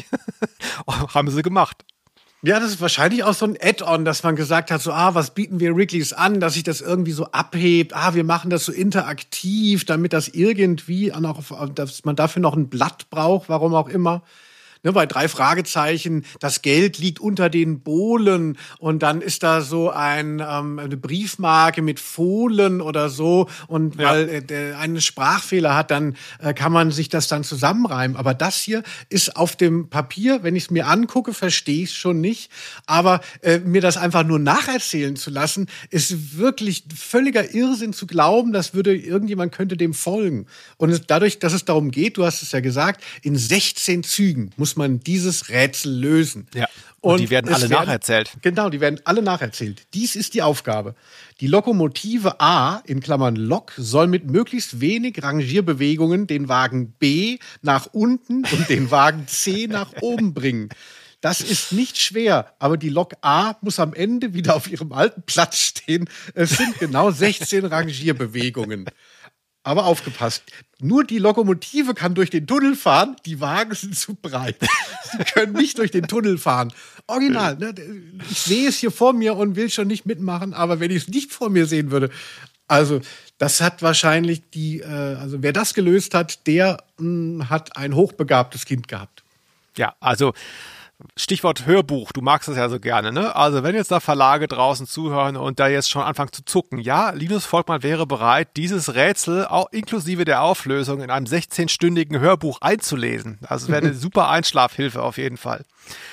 Haben sie gemacht.
Ja, das ist wahrscheinlich auch so ein Add-on, dass man gesagt hat, so, was bieten wir Wrigley's an, dass sich das irgendwie so abhebt. Wir machen das so interaktiv, damit das irgendwie, dass man dafür noch ein Blatt braucht, warum auch immer. Bei 3 Fragezeichen, das Geld liegt unter den Bohlen und dann ist da so eine Briefmarke mit Fohlen oder so und weil der einen Sprachfehler hat, dann kann man sich das dann zusammenreimen. Aber das hier ist auf dem Papier, wenn ich es mir angucke, verstehe ich es schon nicht. Aber mir das einfach nur nacherzählen zu lassen, ist wirklich völliger Irrsinn zu glauben, irgendjemand könnte dem folgen. Und dadurch, dass es darum geht, du hast es ja gesagt, in 16 Zügen muss man dieses Rätsel lösen.
Ja. Und die werden alle nacherzählt.
Genau, die werden alle nacherzählt. Dies ist die Aufgabe. Die Lokomotive A, in Klammern Lok, soll mit möglichst wenig Rangierbewegungen den Wagen B nach unten und den Wagen C nach oben bringen. Das ist nicht schwer, aber die Lok A muss am Ende wieder auf ihrem alten Platz stehen. Es sind genau 16 Rangierbewegungen. Aber aufgepasst, nur die Lokomotive kann durch den Tunnel fahren, die Wagen sind zu breit. Sie können nicht durch den Tunnel fahren. Original, ne? Ich sehe es hier vor mir und will schon nicht mitmachen, aber wenn ich es nicht vor mir sehen würde, also das hat wahrscheinlich also wer das gelöst hat, der hat ein hochbegabtes Kind gehabt.
Ja, also Stichwort Hörbuch, du magst das ja so gerne, ne? Also wenn jetzt da Verlage draußen zuhören und da jetzt schon anfangen zu zucken, ja, Linus Volkmann wäre bereit, dieses Rätsel auch inklusive der Auflösung in einem 16-stündigen Hörbuch einzulesen. Also wäre eine super Einschlafhilfe auf jeden Fall.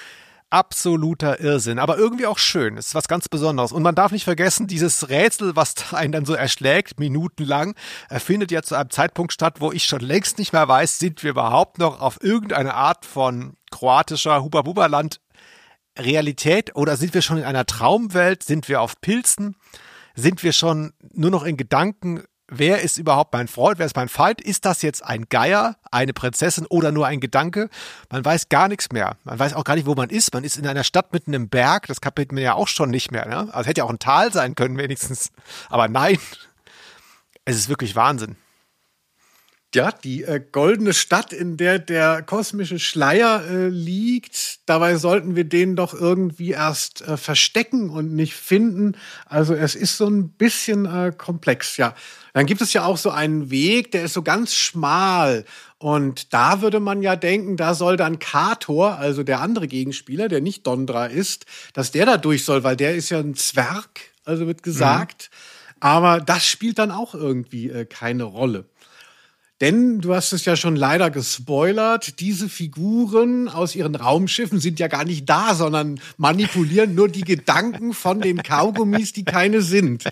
Absoluter Irrsinn, aber irgendwie auch schön. Es ist was ganz Besonderes. Und man darf nicht vergessen, dieses Rätsel, was einen dann so erschlägt, minutenlang, findet ja zu einem Zeitpunkt statt, wo ich schon längst nicht mehr weiß, sind wir überhaupt noch auf irgendeine Art von kroatischer Huba-Buba-Land Realität oder sind wir schon in einer Traumwelt? Sind wir auf Pilzen? Sind wir schon nur noch in Gedanken? Wer ist überhaupt mein Freund? Wer ist mein Feind? Ist das jetzt ein Geier, eine Prinzessin oder nur ein Gedanke? Man weiß gar nichts mehr. Man weiß auch gar nicht, wo man ist. Man ist in einer Stadt mitten im Berg. Das kapiert man ja auch schon nicht mehr. Ne? Also hätte ja auch ein Tal sein können wenigstens. Aber nein, es ist wirklich Wahnsinn.
Ja, die goldene Stadt, in der der kosmische Schleier liegt. Dabei sollten wir den doch irgendwie erst verstecken und nicht finden. Also es ist so ein bisschen komplex, ja. Dann gibt es ja auch so einen Weg, der ist so ganz schmal. Und da würde man ja denken, da soll dann Kator, also der andere Gegenspieler, der nicht Dondra ist, dass der da durch soll, weil der ist ja ein Zwerg, also wird gesagt. Aber das spielt dann auch irgendwie keine Rolle. Denn, du hast es ja schon leider gespoilert, diese Figuren aus ihren Raumschiffen sind ja gar nicht da, sondern manipulieren nur die Gedanken von den Kaugummis, die keine sind.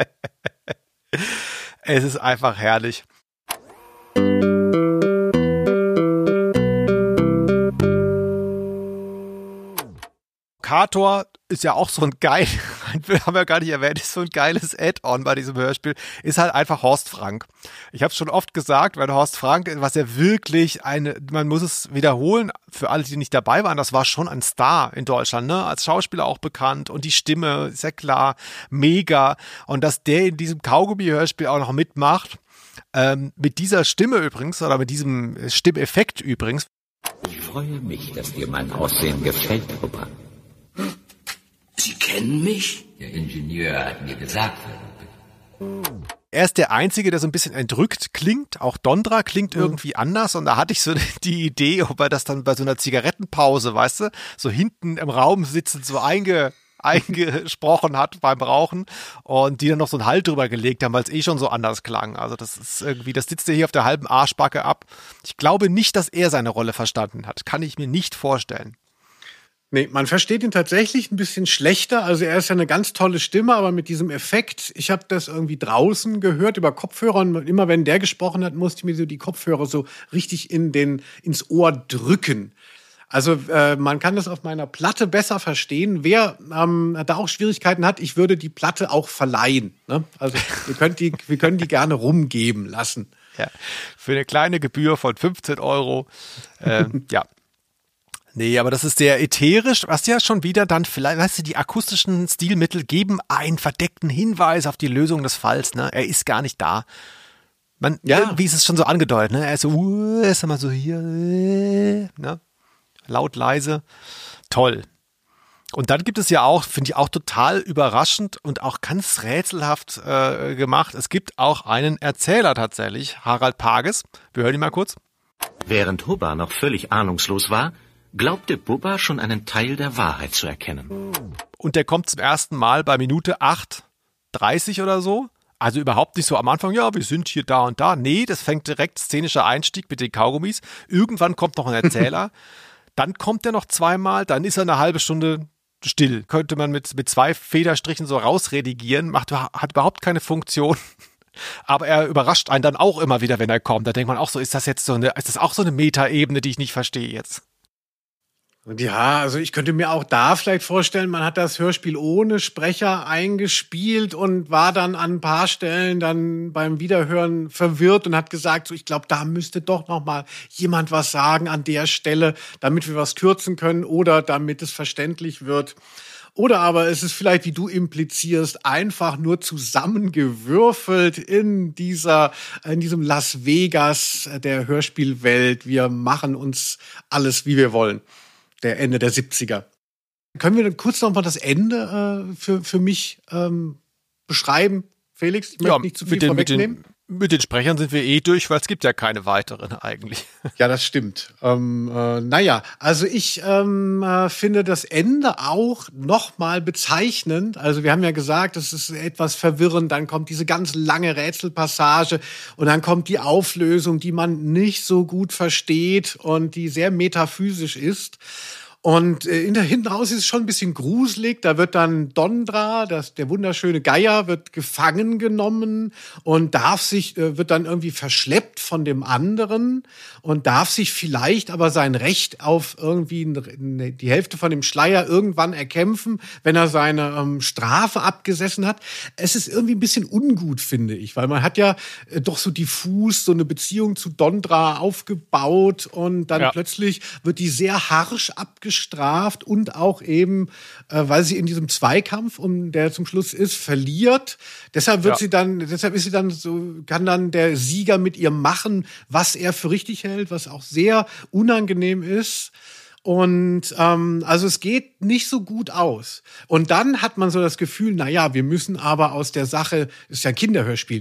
Es ist einfach herrlich. Kator ist ja auch so ein geil, haben wir gar nicht erwähnt, ist so ein geiles Add-on bei diesem Hörspiel, ist halt einfach Horst Frank. Ich habe es schon oft gesagt, weil Horst Frank, was er wirklich man muss es wiederholen, für alle, die nicht dabei waren, das war schon ein Star in Deutschland, ne? Als Schauspieler auch bekannt und die Stimme, ist ja klar, mega. Und dass der in diesem Kaugummi-Hörspiel auch noch mitmacht, mit dieser Stimme übrigens, oder mit diesem Stimmeffekt übrigens.
Ich freue mich, dass dir mein Aussehen gefällt, Opa.
Sie kennen mich?
Der Ingenieur hat mir gesagt,
Er ist der Einzige, der so ein bisschen entrückt klingt. Auch Dondra klingt irgendwie anders. Und da hatte ich so die Idee, ob er das dann bei so einer Zigarettenpause, weißt du, so hinten im Raum sitzend so eingesprochen hat beim Rauchen und die dann noch so einen Halt drüber gelegt haben, weil es schon so anders klang. Also das ist irgendwie, das sitzt ja hier auf der halben Arschbacke ab. Ich glaube nicht, dass er seine Rolle verstanden hat. Kann ich mir nicht vorstellen.
Nee, man versteht ihn tatsächlich ein bisschen schlechter. Also er ist ja eine ganz tolle Stimme, aber mit diesem Effekt, ich habe das irgendwie draußen gehört über Kopfhörer und immer wenn der gesprochen hat, musste ich mir so die Kopfhörer so richtig ins Ohr drücken. Also man kann das auf meiner Platte besser verstehen. Wer da auch Schwierigkeiten hat, ich würde die Platte auch verleihen. Ne? Also wir können die gerne rumgeben lassen.
Ja, für eine kleine Gebühr von 15 €. Ja. Nee, aber das ist sehr ätherisch, was ja schon wieder dann vielleicht, weißt du, die akustischen Stilmittel geben einen verdeckten Hinweis auf die Lösung des Falls, ne? Er ist gar nicht da. Irgendwie ist es schon so angedeutet, ne? Er ist so, ist immer so hier, ne? Laut, leise. Toll. Und dann gibt es ja auch, finde ich auch total überraschend und auch ganz rätselhaft gemacht. Es gibt auch einen Erzähler tatsächlich, Harald Pages. Wir hören ihn mal kurz.
Während Hubba noch völlig ahnungslos war, glaubte Bubba schon einen Teil der Wahrheit zu erkennen.
Und der kommt zum ersten Mal bei Minute 8:30 oder so. Also überhaupt nicht so am Anfang, ja, wir sind hier da und da. Nee, das fängt direkt szenischer Einstieg mit den Kaugummis. Irgendwann kommt noch ein Erzähler. Dann kommt er noch zweimal, dann ist er eine halbe Stunde still. Könnte man mit 2 Federstrichen so rausredigieren, hat überhaupt keine Funktion. Aber er überrascht einen dann auch immer wieder, wenn er kommt. Da denkt man auch so, ist das auch so eine Metaebene, die ich nicht verstehe jetzt?
Ja, also ich könnte mir auch da vielleicht vorstellen, man hat das Hörspiel ohne Sprecher eingespielt und war dann an ein paar Stellen dann beim Wiederhören verwirrt und hat gesagt, so ich glaube, da müsste doch noch mal jemand was sagen an der Stelle, damit wir was kürzen können oder damit es verständlich wird. Oder aber es ist vielleicht, wie du implizierst, einfach nur zusammengewürfelt in diesem Las Vegas der Hörspielwelt. Wir machen uns alles, wie wir wollen. Der Ende der 70er. Können wir kurz noch mal das Ende für mich beschreiben, Felix? Ich möchte nicht zu viel vorwegnehmen.
Mit den Sprechern sind wir durch, weil es gibt ja keine weiteren eigentlich.
Ja, das stimmt. Also ich finde das Ende auch noch mal bezeichnend. Also wir haben ja gesagt, es ist etwas verwirrend. Dann kommt diese ganz lange Rätselpassage und dann kommt die Auflösung, die man nicht so gut versteht und die sehr metaphysisch ist. Und hinten raus ist es schon ein bisschen gruselig. Da wird dann Dondra, der wunderschöne Geier, wird gefangen genommen und wird dann irgendwie verschleppt von dem anderen und darf sich vielleicht aber sein Recht auf irgendwie die Hälfte von dem Schleier irgendwann erkämpfen, wenn er seine Strafe abgesessen hat. Es ist irgendwie ein bisschen ungut, finde ich, weil man hat ja doch so diffus so eine Beziehung zu Dondra aufgebaut und dann plötzlich wird die sehr harsch abgestraft und auch eben, weil sie in diesem Zweikampf, der zum Schluss ist, verliert. Deshalb kann dann der Sieger mit ihr machen, was er für richtig hält, was auch sehr unangenehm ist. Und also es geht nicht so gut aus. Und dann hat man so das Gefühl, wir müssen aber aus der Sache, ist ja ein Kinderhörspiel, noch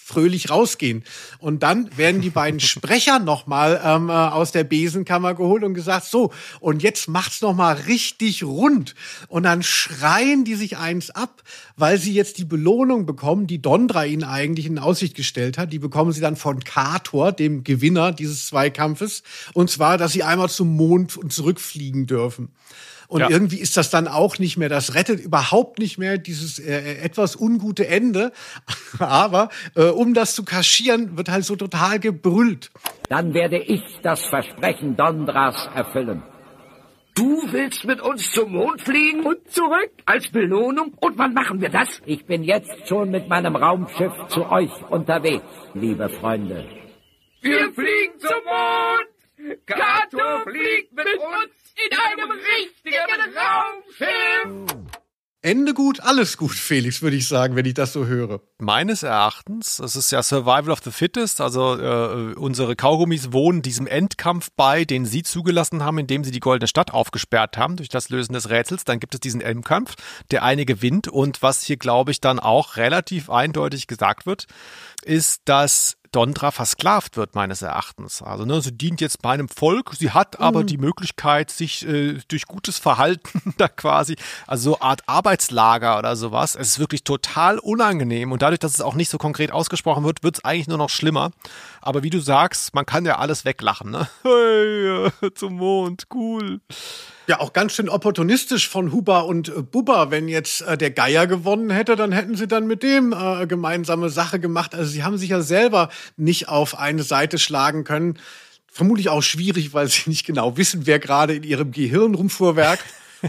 fröhlich rausgehen. Und dann werden die beiden Sprecher nochmal aus der Besenkammer geholt und gesagt, so, und jetzt macht's nochmal richtig rund. Und dann schreien die sich eins ab, weil sie jetzt die Belohnung bekommen, die Dondra ihnen eigentlich in Aussicht gestellt hat. Die bekommen sie dann von Kator, dem Gewinner dieses Zweikampfes. Und zwar, dass sie einmal zum Mond und zurückfliegen dürfen. Und irgendwie ist das dann auch nicht mehr, das rettet überhaupt nicht mehr dieses etwas ungute Ende. Aber um das zu kaschieren, wird halt so total gebrüllt.
Dann werde ich das Versprechen Dondras erfüllen.
Du willst mit uns zum Mond fliegen?
Und zurück?
Als Belohnung? Und wann machen wir das?
Ich bin jetzt schon mit meinem Raumschiff zu euch unterwegs, liebe Freunde.
Wir fliegen zum Mond! Kato fliegt mit uns in einem richtigen Raumschiff!
Ende gut, alles gut, Felix, würde ich sagen, wenn ich das so höre.
Meines Erachtens, es ist ja Survival of the Fittest, also unsere Kaugummis wohnen diesem Endkampf bei, den sie zugelassen haben, indem sie die Goldene Stadt aufgesperrt haben durch das Lösen des Rätsels. Dann gibt es diesen Endkampf, der eine gewinnt. Und was hier, glaube ich, dann auch relativ eindeutig gesagt wird, ist, dass Dondra versklavt wird, meines Erachtens. Also sie dient jetzt meinem Volk, sie hat aber die Möglichkeit, sich durch gutes Verhalten da quasi, also so eine Art Arbeitslager oder sowas, es ist wirklich total unangenehm und dadurch, dass es auch nicht so konkret ausgesprochen wird, wird es eigentlich nur noch schlimmer. Aber wie du sagst, man kann ja alles weglachen, ne? Hey, zum Mond, cool.
Ja, auch ganz schön opportunistisch von Hubba und Bubba. Wenn jetzt der Geier gewonnen hätte, dann hätten sie dann mit dem gemeinsame Sache gemacht. Also sie haben sich ja selber nicht auf eine Seite schlagen können. Vermutlich auch schwierig, weil sie nicht genau wissen, wer gerade in ihrem Gehirn rumfuhrwerkt.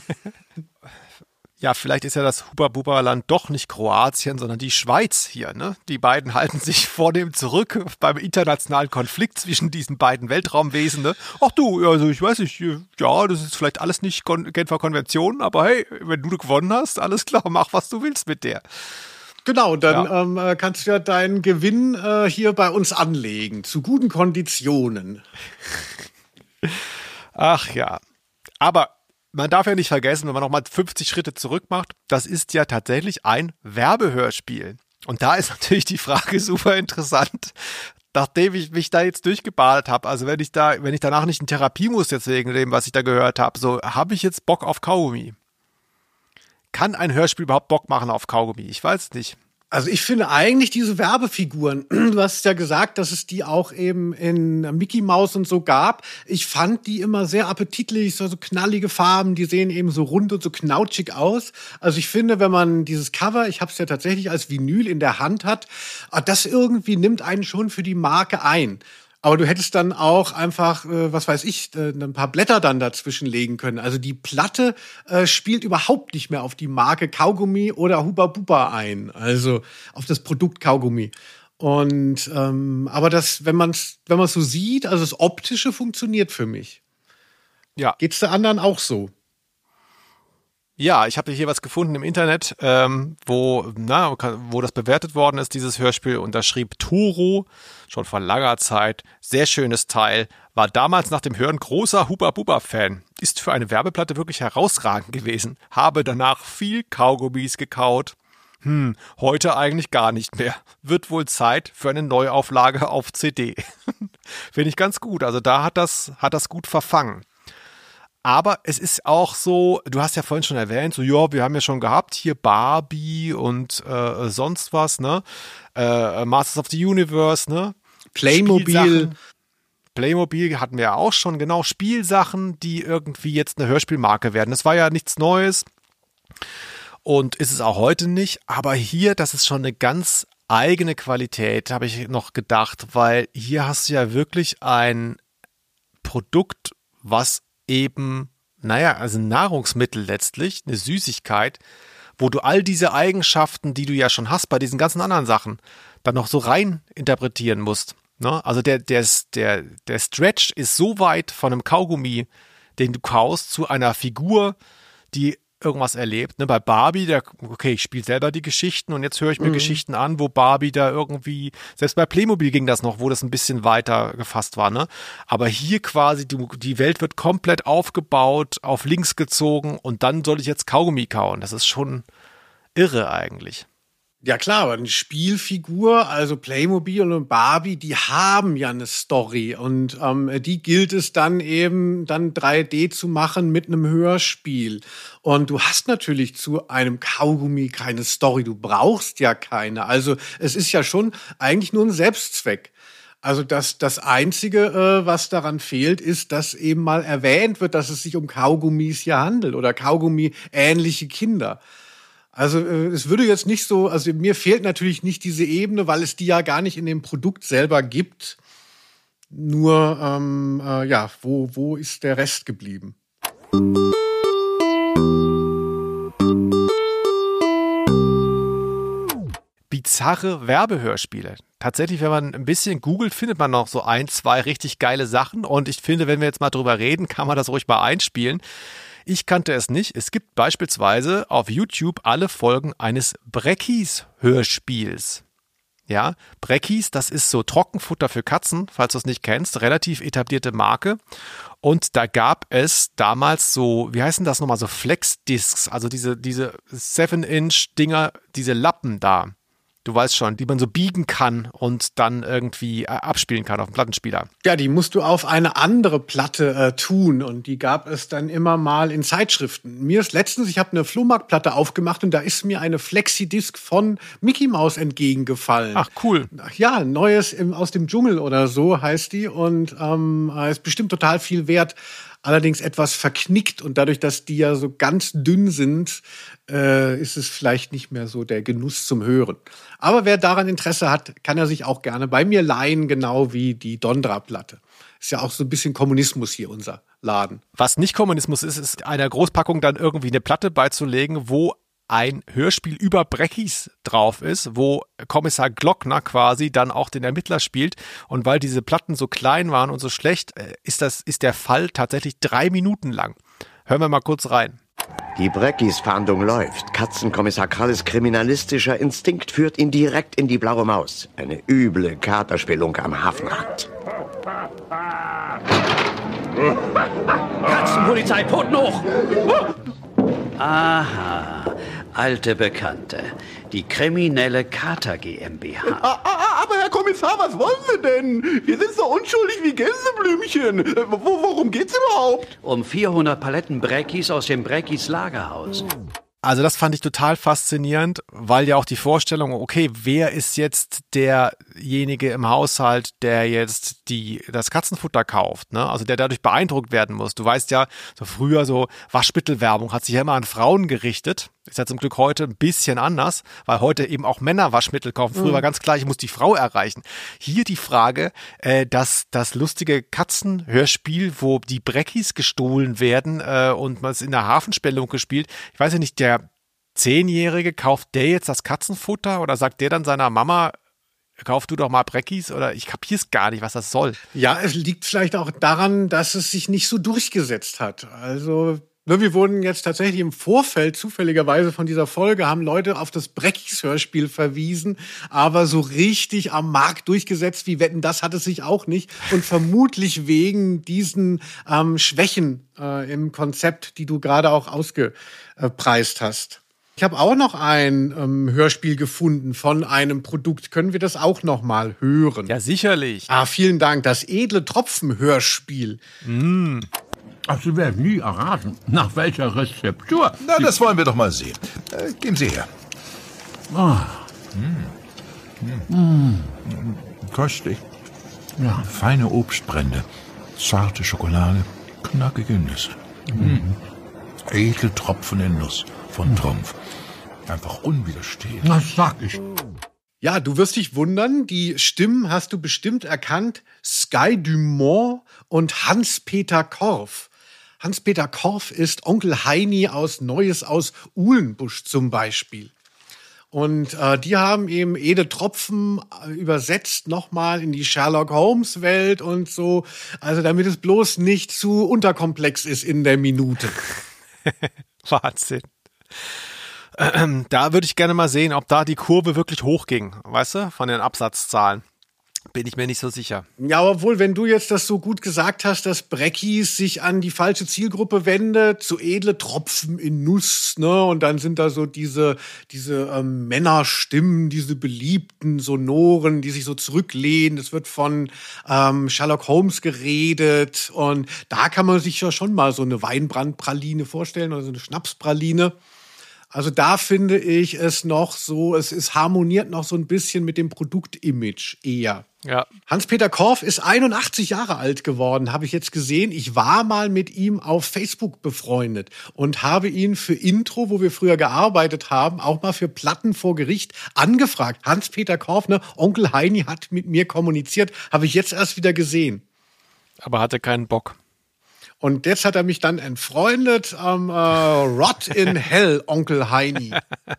Ja, vielleicht ist ja das Hubba-Bubba-Land doch nicht Kroatien, sondern die Schweiz hier, ne? Die beiden halten sich vornehm zurück beim internationalen Konflikt zwischen diesen beiden Weltraumwesen, ne? Ach du, also ich weiß nicht, ja, das ist vielleicht alles nicht Genfer Konvention, aber hey, wenn du gewonnen hast, alles klar, mach, was du willst mit der.
Genau, dann kannst du ja deinen Gewinn hier bei uns anlegen, zu guten Konditionen.
Ach ja, aber man darf ja nicht vergessen, wenn man nochmal 50 Schritte zurück macht, das ist ja tatsächlich ein Werbehörspiel. Und da ist natürlich die Frage super interessant, nachdem ich mich da jetzt durchgebadet habe, also wenn ich danach nicht in Therapie muss jetzt wegen dem, was ich da gehört habe, so habe ich jetzt Bock auf Kaugummi. Kann ein Hörspiel überhaupt Bock machen auf Kaugummi? Ich weiß es nicht.
Also ich finde eigentlich diese Werbefiguren, du hast ja gesagt, dass es die auch eben in Mickey Mouse und so gab. Ich fand die immer sehr appetitlich, so knallige Farben, die sehen eben so rund und so knautschig aus. Also ich finde, wenn man dieses Cover, ich habe es ja tatsächlich als Vinyl in der Hand hat, das irgendwie nimmt einen schon für die Marke ein. Aber du hättest dann auch einfach, was weiß ich, ein paar Blätter dann dazwischen legen können. Also die Platte spielt überhaupt nicht mehr auf die Marke Kaugummi oder Hubba Bubba ein. Also auf das Produkt Kaugummi. Und aber das, wenn man es so sieht, also das Optische funktioniert für mich.
Ja.
Geht's der anderen auch so?
Ja, ich habe hier was gefunden im Internet, wo das bewertet worden ist, dieses Hörspiel. Und da schrieb Toro, schon vor langer Zeit, sehr schönes Teil, war damals nach dem Hören großer Hubba-Bubba-Fan. Ist für eine Werbeplatte wirklich herausragend gewesen. Habe danach viel Kaugummis gekaut. Heute eigentlich gar nicht mehr. Wird wohl Zeit für eine Neuauflage auf CD. Finde ich ganz gut. Also da hat das gut verfangen. Aber es ist auch so, du hast ja vorhin schon erwähnt, so ja, wir haben ja schon gehabt, hier Barbie und sonst was, ne? Masters of the Universe, ne?
Playmobil
hatten wir ja auch schon, genau. Spielsachen, die irgendwie jetzt eine Hörspielmarke werden. Das war ja nichts Neues und ist es auch heute nicht. Aber hier, das ist schon eine ganz eigene Qualität, habe ich noch gedacht, weil hier hast du ja wirklich ein Produkt, was eben, also ein Nahrungsmittel letztlich, eine Süßigkeit, wo du all diese Eigenschaften, die du ja schon hast bei diesen ganzen anderen Sachen, dann noch so rein interpretieren musst. Ne? Also der Stretch ist so weit von einem Kaugummi, den du kaust, zu einer Figur, die irgendwas erlebt. Ne? Bei Barbie, ich spiele selber die Geschichten und jetzt höre ich mir Geschichten an, wo Barbie da irgendwie, selbst bei Playmobil ging das noch, wo das ein bisschen weiter gefasst war. Ne? Aber hier quasi, die Welt wird komplett aufgebaut, auf links gezogen und dann soll ich jetzt Kaugummi kauen. Das ist schon irre eigentlich.
Ja klar, aber eine Spielfigur, also Playmobil und Barbie, die haben ja eine Story und die gilt es dann eben dann 3D zu machen mit einem Hörspiel. Und du hast natürlich zu einem Kaugummi keine Story, du brauchst ja keine. Also es ist ja schon eigentlich nur ein Selbstzweck. Also das Einzige, was daran fehlt, ist, dass eben mal erwähnt wird, dass es sich um Kaugummis hier handelt oder Kaugummi-ähnliche Kinder. Also es würde jetzt nicht so, also mir fehlt natürlich nicht diese Ebene, weil es die ja gar nicht in dem Produkt selber gibt. Nur, wo ist der Rest geblieben?
Bizarre Werbehörspiele. Tatsächlich, wenn man ein bisschen googelt, findet man noch so 1, 2 richtig geile Sachen. Und ich finde, wenn wir jetzt mal drüber reden, kann man das ruhig mal einspielen. Ich kannte es nicht. Es gibt beispielsweise auf YouTube alle Folgen eines Breckies-Hörspiels. Ja, Breckies, das ist so Trockenfutter für Katzen, falls du es nicht kennst, relativ etablierte Marke. Und da gab es damals so, wie heißen das nochmal, so Flex-Discs, also diese 7-Inch-Dinger, diese Lappen da. Du weißt schon, die man so biegen kann und dann irgendwie abspielen kann auf dem Plattenspieler.
Ja, die musst du auf eine andere Platte tun und die gab es dann immer mal in Zeitschriften. Mir ist letztens, ich habe eine Flohmarktplatte aufgemacht und da ist mir eine Flexi-Disc von Mickey Mouse entgegengefallen.
Ach, cool.
Ja, Neues aus dem Dschungel oder so heißt die und ist bestimmt total viel wert. Allerdings etwas verknickt und dadurch, dass die ja so ganz dünn sind, ist es vielleicht nicht mehr so der Genuss zum Hören. Aber wer daran Interesse hat, kann er sich auch gerne bei mir leihen, genau wie die Dondra-Platte. Ist ja auch so ein bisschen Kommunismus hier, unser Laden.
Was nicht Kommunismus ist, ist einer Großpackung dann irgendwie eine Platte beizulegen, wo ein Hörspiel über Breckies drauf ist, wo Kommissar Glockner quasi dann auch den Ermittler spielt. Und weil diese Platten so klein waren und so schlecht, ist der Fall tatsächlich 3 Minuten lang. Hören wir mal kurz rein.
Die Breckies-Fahndung läuft. Katzenkommissar Kralles kriminalistischer Instinkt führt ihn direkt in die Blaue Maus. Eine üble Katerspelunke am Hafenrand.
Katzenpolizei, Pfoten hoch! Aha, alte Bekannte. Die kriminelle Kater GmbH.
Aber Herr Kommissar, was wollen Sie denn? Wir sind so unschuldig wie Gänseblümchen. Worum geht's überhaupt?
Um 400 Paletten Breckies aus dem Breckies Lagerhaus.
Also das fand ich total faszinierend, weil ja auch die Vorstellung, okay, wer ist jetzt derjenige im Haushalt, der jetzt das Katzenfutter kauft, ne? Also der dadurch beeindruckt werden muss. Du weißt ja, so früher so Waschmittelwerbung hat sich ja immer an Frauen gerichtet. Ist ja zum Glück heute ein bisschen anders, weil heute eben auch Männer Waschmittel kaufen. Früher war ganz klar, ich muss die Frau erreichen. Hier die Frage, dass das lustige Katzenhörspiel, wo die Breckies gestohlen werden und man es in der Hafenspelunke spielt. Ich weiß ja nicht, der 10-Jährige, kauft der jetzt das Katzenfutter oder sagt der dann seiner Mama, kauf du doch mal Breckies, oder ich kapier's gar nicht, was das soll.
Ja, es liegt vielleicht auch daran, dass es sich nicht so durchgesetzt hat. Also wir wurden jetzt tatsächlich im Vorfeld zufälligerweise von dieser Folge, haben Leute auf das Breckies-Hörspiel verwiesen, aber so richtig am Markt durchgesetzt wie Wetten, das hat es sich auch nicht. Und vermutlich wegen diesen Schwächen im Konzept, die du gerade auch ausgepreist hast. Ich habe auch noch ein Hörspiel gefunden von einem Produkt. Können wir das auch noch mal hören?
Ja, sicherlich.
Vielen Dank. Das edle Tropfen-Hörspiel.
Ach, Sie werden nie erraten, nach welcher Rezeptur.
Na, das wollen wir doch mal sehen. Geben Sie her. Köstlich. Ja, feine Obstbrände, zarte Schokolade, knackige Nüsse. Edle Tropfen in Nuss von Trumpf. Einfach unwiderstehlich.
Das sag ich.
Ja, du wirst dich wundern, die Stimmen hast du bestimmt erkannt. Sky Dumont und Hans-Peter Korff. Hans-Peter Korff ist Onkel Heini aus Neues aus Uhlenbusch zum Beispiel. Und die haben eben Ede Tropfen übersetzt nochmal in die Sherlock-Holmes-Welt und so. Also damit es bloß nicht zu unterkomplex ist in der Minute.
Wahnsinn. Da würde ich gerne mal sehen, ob da die Kurve wirklich hochging, weißt du, von den Absatzzahlen. Bin ich mir nicht so sicher.
Ja, obwohl, wenn du jetzt das so gut gesagt hast, dass Breckies sich an die falsche Zielgruppe wendet, so edle Tropfen in Nuss, ne? Und dann sind da so diese Männerstimmen, diese beliebten Sonoren, die sich so zurücklehnen. Es wird von Sherlock Holmes geredet. Und da kann man sich ja schon mal so eine Weinbrandpraline vorstellen oder so eine Schnapspraline. Also da finde ich es noch so, es harmoniert noch so ein bisschen mit dem Produktimage eher.
Ja.
Hans-Peter Korf ist 81 Jahre alt geworden, habe ich jetzt gesehen. Ich war mal mit ihm auf Facebook befreundet und habe ihn für Intro, wo wir früher gearbeitet haben, auch mal für Platten vor Gericht angefragt. Hans-Peter Korf, ne, Onkel Heini hat mit mir kommuniziert, habe ich jetzt erst wieder gesehen.
Aber hatte keinen Bock.
Und jetzt hat er mich dann entfreundet. Rot in Hell, Onkel Heini.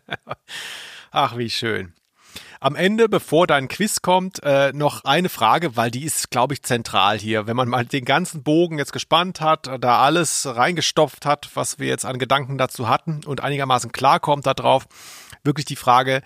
Ach, wie schön. Am Ende, bevor dein Quiz kommt, noch eine Frage, weil die ist, glaube ich, zentral hier. Wenn man mal den ganzen Bogen jetzt gespannt hat, da alles reingestopft hat, was wir jetzt an Gedanken dazu hatten und einigermaßen klarkommt darauf, wirklich die Frage,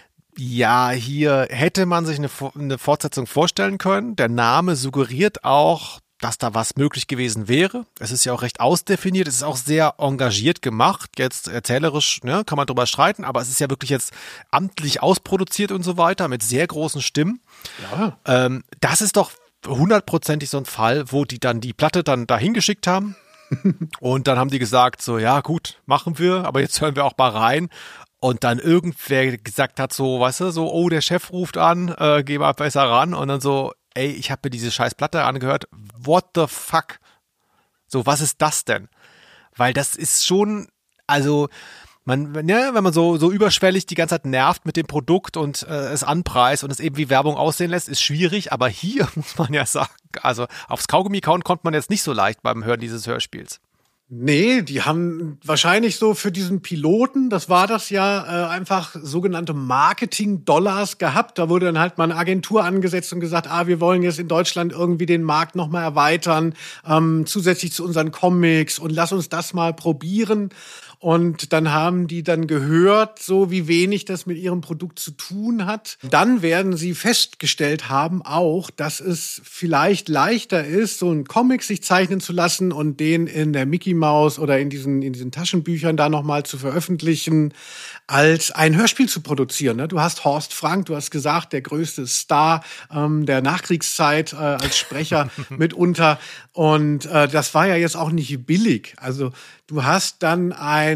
ja, hier hätte man sich eine Fortsetzung vorstellen können. Der Name suggeriert auch, dass da was möglich gewesen wäre. Es ist ja auch recht ausdefiniert, es ist auch sehr engagiert gemacht, jetzt erzählerisch, ne, kann man drüber streiten, aber es ist ja wirklich jetzt amtlich ausproduziert und so weiter, mit sehr großen Stimmen.
Ja.
Das ist doch 100%ig so ein Fall, wo die dann die Platte dann dahin geschickt haben und dann haben die gesagt, so, ja gut, machen wir, aber jetzt hören wir auch mal rein. Und dann irgendwer gesagt hat so, weißt du, so, oh, der Chef ruft an, geh mal besser ran und dann so, ey, ich habe mir diese scheiß Platte angehört, what the fuck? So, was ist das denn? Weil das ist schon, also, wenn man so überschwellig die ganze Zeit nervt mit dem Produkt und es anpreist und es eben wie Werbung aussehen lässt, ist schwierig, aber hier muss man ja sagen, also aufs Kaugummi kauen konnte man jetzt nicht so leicht beim Hören dieses Hörspiels.
Nee, die haben wahrscheinlich so für diesen Piloten, das war das ja, einfach sogenannte Marketing-Dollars gehabt. Da wurde dann halt mal eine Agentur angesetzt und gesagt, wir wollen jetzt in Deutschland irgendwie den Markt nochmal erweitern, zusätzlich zu unseren Comics und lass uns das mal probieren. Und dann haben die dann gehört, so wie wenig das mit ihrem Produkt zu tun hat. Dann werden sie festgestellt haben auch, dass es vielleicht leichter ist, so einen Comic sich zeichnen zu lassen und den in der Mickey Mouse oder in diesen Taschenbüchern da nochmal zu veröffentlichen, als ein Hörspiel zu produzieren. Du hast Horst Frank, du hast gesagt, der größte Star der Nachkriegszeit als Sprecher mitunter. Und das war ja jetzt auch nicht billig. Also du hast dann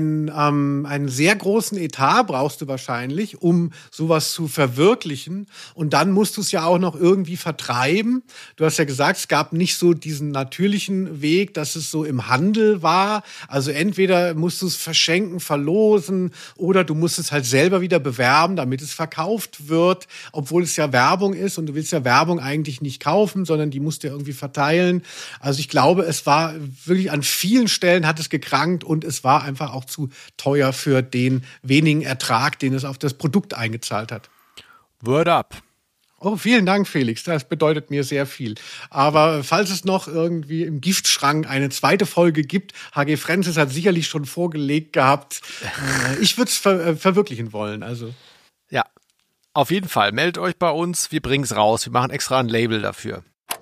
einen sehr großen Etat, brauchst du wahrscheinlich, um sowas zu verwirklichen. Und dann musst du es ja auch noch irgendwie vertreiben. Du hast ja gesagt, es gab nicht so diesen natürlichen Weg, dass es so im Handel war. Also entweder musst du es verschenken, verlosen oder du musst es halt selber wieder bewerben, damit es verkauft wird, obwohl es ja Werbung ist und du willst ja Werbung eigentlich nicht kaufen, sondern die musst du ja irgendwie verteilen. Also ich glaube, es war wirklich an vielen Stellen hat es gekrankt und es war einfach auch zu teuer für den wenigen Ertrag, den es auf das Produkt eingezahlt hat.
Word up.
Oh, vielen Dank, Felix. Das bedeutet mir sehr viel. Aber falls es noch irgendwie im Giftschrank eine zweite Folge gibt, H.G. Francis hat sicherlich schon vorgelegt gehabt. Ich würde es verwirklichen wollen. Also.
Ja, auf jeden Fall. Meldet euch bei uns. Wir bringen es raus. Wir machen extra ein Label dafür.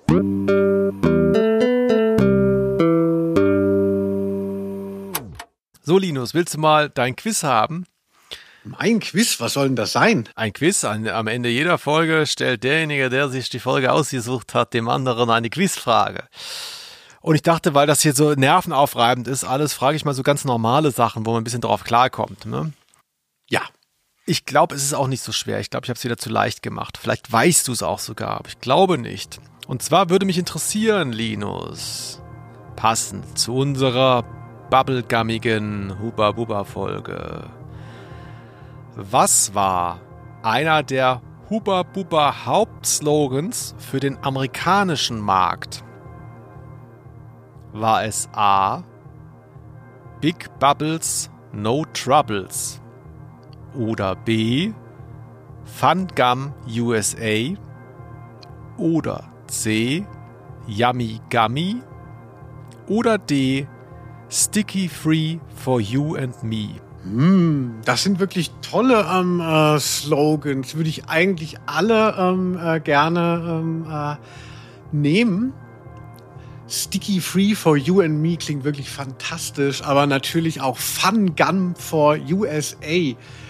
So, Linus, willst du mal dein Quiz haben?
Mein Quiz? Was soll denn das sein?
Ein Quiz. Am Ende jeder Folge stellt derjenige, der sich die Folge ausgesucht hat, dem anderen eine Quizfrage. Und ich dachte, weil das hier so nervenaufreibend ist, alles frage ich mal so ganz normale Sachen, wo man ein bisschen drauf klarkommt. Ne?
Ja.
Ich glaube, es ist auch nicht so schwer. Ich glaube, ich habe es wieder zu leicht gemacht. Vielleicht weißt du es auch sogar, aber ich glaube nicht. Und zwar würde mich interessieren, Linus, passend zu unserer bubblegummigen Hubba-Bubba-Folge. Was war einer der Hubba-Bubba-Hauptslogans für den amerikanischen Markt? War es A. Big Bubbles, No Troubles? Oder B. Fun Gum USA? Oder C. Yummy Gummy? Oder D. Sticky Free for You and Me?
Das sind wirklich tolle Slogans. Würde ich eigentlich alle gerne nehmen. Sticky Free for You and Me klingt wirklich fantastisch, aber natürlich auch Fun Gum for USA.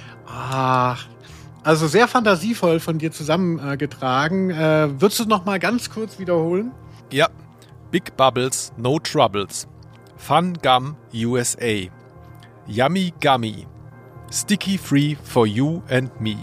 Also sehr fantasievoll von dir zusammengetragen. Würdest du noch mal ganz kurz wiederholen?
Ja. Big Bubbles, No Troubles. Fun Gum USA. Yummy Gummy. Sticky Free for You and Me.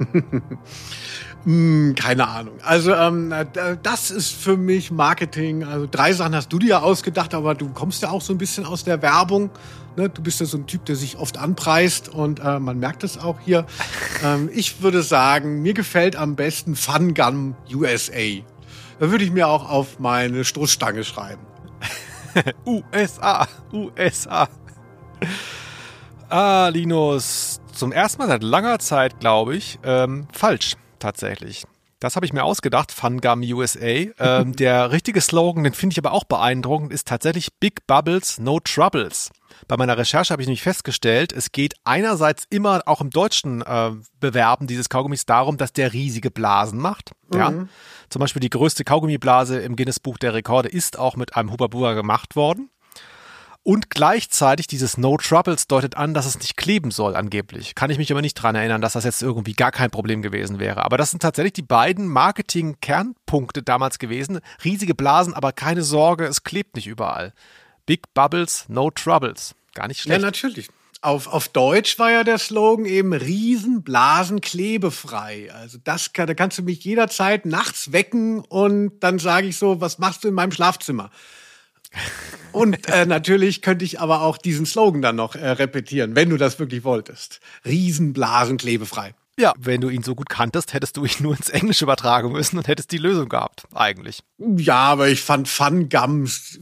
Keine Ahnung. Also das ist für mich Marketing. Also 3 Sachen hast du dir ja ausgedacht, aber du kommst ja auch so ein bisschen aus der Werbung. Ne? Du bist ja so ein Typ, der sich oft anpreist und man merkt es auch hier. Ich würde sagen, mir gefällt am besten Fun Gum USA. Da würde ich mir auch auf meine Stoßstange schreiben.
USA. Linus, zum ersten Mal seit langer Zeit, glaube ich, falsch. Tatsächlich. Das habe ich mir ausgedacht, Fun Gum USA. Der richtige Slogan, den finde ich aber auch beeindruckend, ist tatsächlich Big Bubbles, No Troubles. Bei meiner Recherche habe ich nämlich festgestellt, es geht einerseits immer auch im deutschen Bewerben dieses Kaugummis darum, dass der riesige Blasen macht. Ja? Zum Beispiel die größte Kaugummiblase im Guinness-Buch der Rekorde ist auch mit einem Hubba Bubba gemacht worden. Und gleichzeitig dieses No Troubles deutet an, dass es nicht kleben soll angeblich. Kann ich mich aber nicht dran erinnern, dass das jetzt irgendwie gar kein Problem gewesen wäre. Aber das sind tatsächlich die beiden Marketing-Kernpunkte damals gewesen. Riesige Blasen, aber keine Sorge, es klebt nicht überall. Big Bubbles, No Troubles. Gar nicht schlecht.
Ja, natürlich. Auf Deutsch war ja der Slogan eben Riesenblasen klebefrei. Also da kannst du mich jederzeit nachts wecken und dann sage ich so, was machst du in meinem Schlafzimmer? Und natürlich könnte ich aber auch diesen Slogan dann noch repetieren, wenn du das wirklich wolltest. Riesenblasen klebefrei.
Ja, wenn du ihn so gut kanntest, hättest du ihn nur ins Englische übertragen müssen und hättest die Lösung gehabt, eigentlich.
Ja, aber ich fand Fun Gum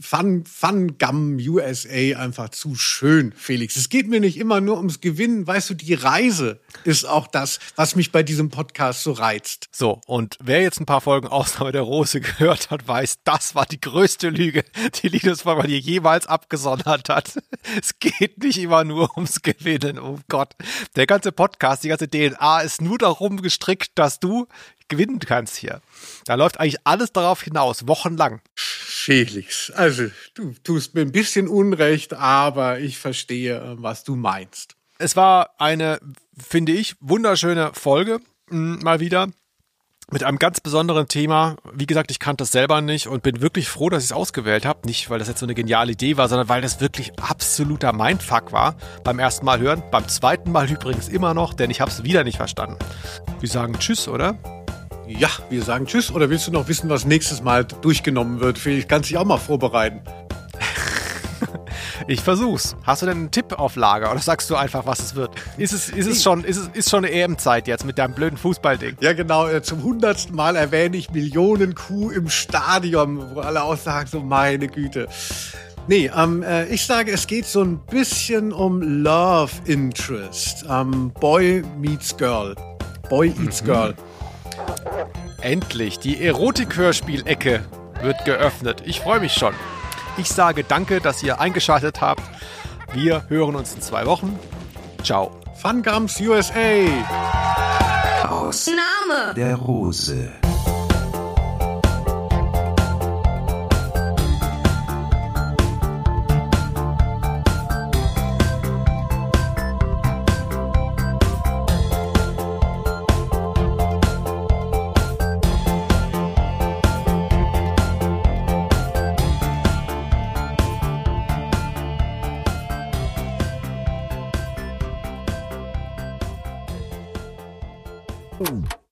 USA einfach zu schön, Felix. Es geht mir nicht immer nur ums Gewinnen. Weißt du, die Reise ist auch das, was mich bei diesem Podcast so reizt.
So, und wer jetzt ein paar Folgen Ausnahme der Rose gehört hat, weiß, das war die größte Lüge, die Linus Volkmann hier jemals abgesondert hat. Es geht nicht immer nur ums Gewinnen, oh Gott. Der ganze Podcast, die ganze DNA ist nur darum gestrickt, dass du gewinnen kannst hier. Da läuft eigentlich alles darauf hinaus, wochenlang.
Felix, also du tust mir ein bisschen Unrecht, aber ich verstehe, was du meinst.
Es war eine, finde ich, wunderschöne Folge, mal wieder. Mit einem ganz besonderen Thema. Wie gesagt, ich kannte das selber nicht und bin wirklich froh, dass ich es ausgewählt habe. Nicht, weil das jetzt so eine geniale Idee war, sondern weil das wirklich absoluter Mindfuck war. Beim ersten Mal hören, beim zweiten Mal übrigens immer noch, denn ich habe es wieder nicht verstanden. Wir sagen Tschüss, oder?
Ja, wir sagen Tschüss. Oder willst du noch wissen, was nächstes Mal durchgenommen wird? Felix, kannst dich auch mal vorbereiten.
Ich versuch's. Hast du denn einen Tipp auf Lager oder sagst du einfach, was es wird? Ist schon eine EM-Zeit jetzt mit deinem blöden Fußballding?
Ja, genau. Zum 100. Mal erwähne ich Millionen Kuh im Stadion, wo alle auch sagen, so meine Güte. Nee, ich sage, es geht so ein bisschen um Love Interest. Boy meets Girl. Boy eats Girl.
Endlich, die Erotik-Hörspielecke wird geöffnet. Ich freue mich schon. Ich sage danke, dass ihr eingeschaltet habt. Wir hören uns in 2 Wochen. Ciao.
Fun Gums USA.
Aus
Name
der Rose.
Oh.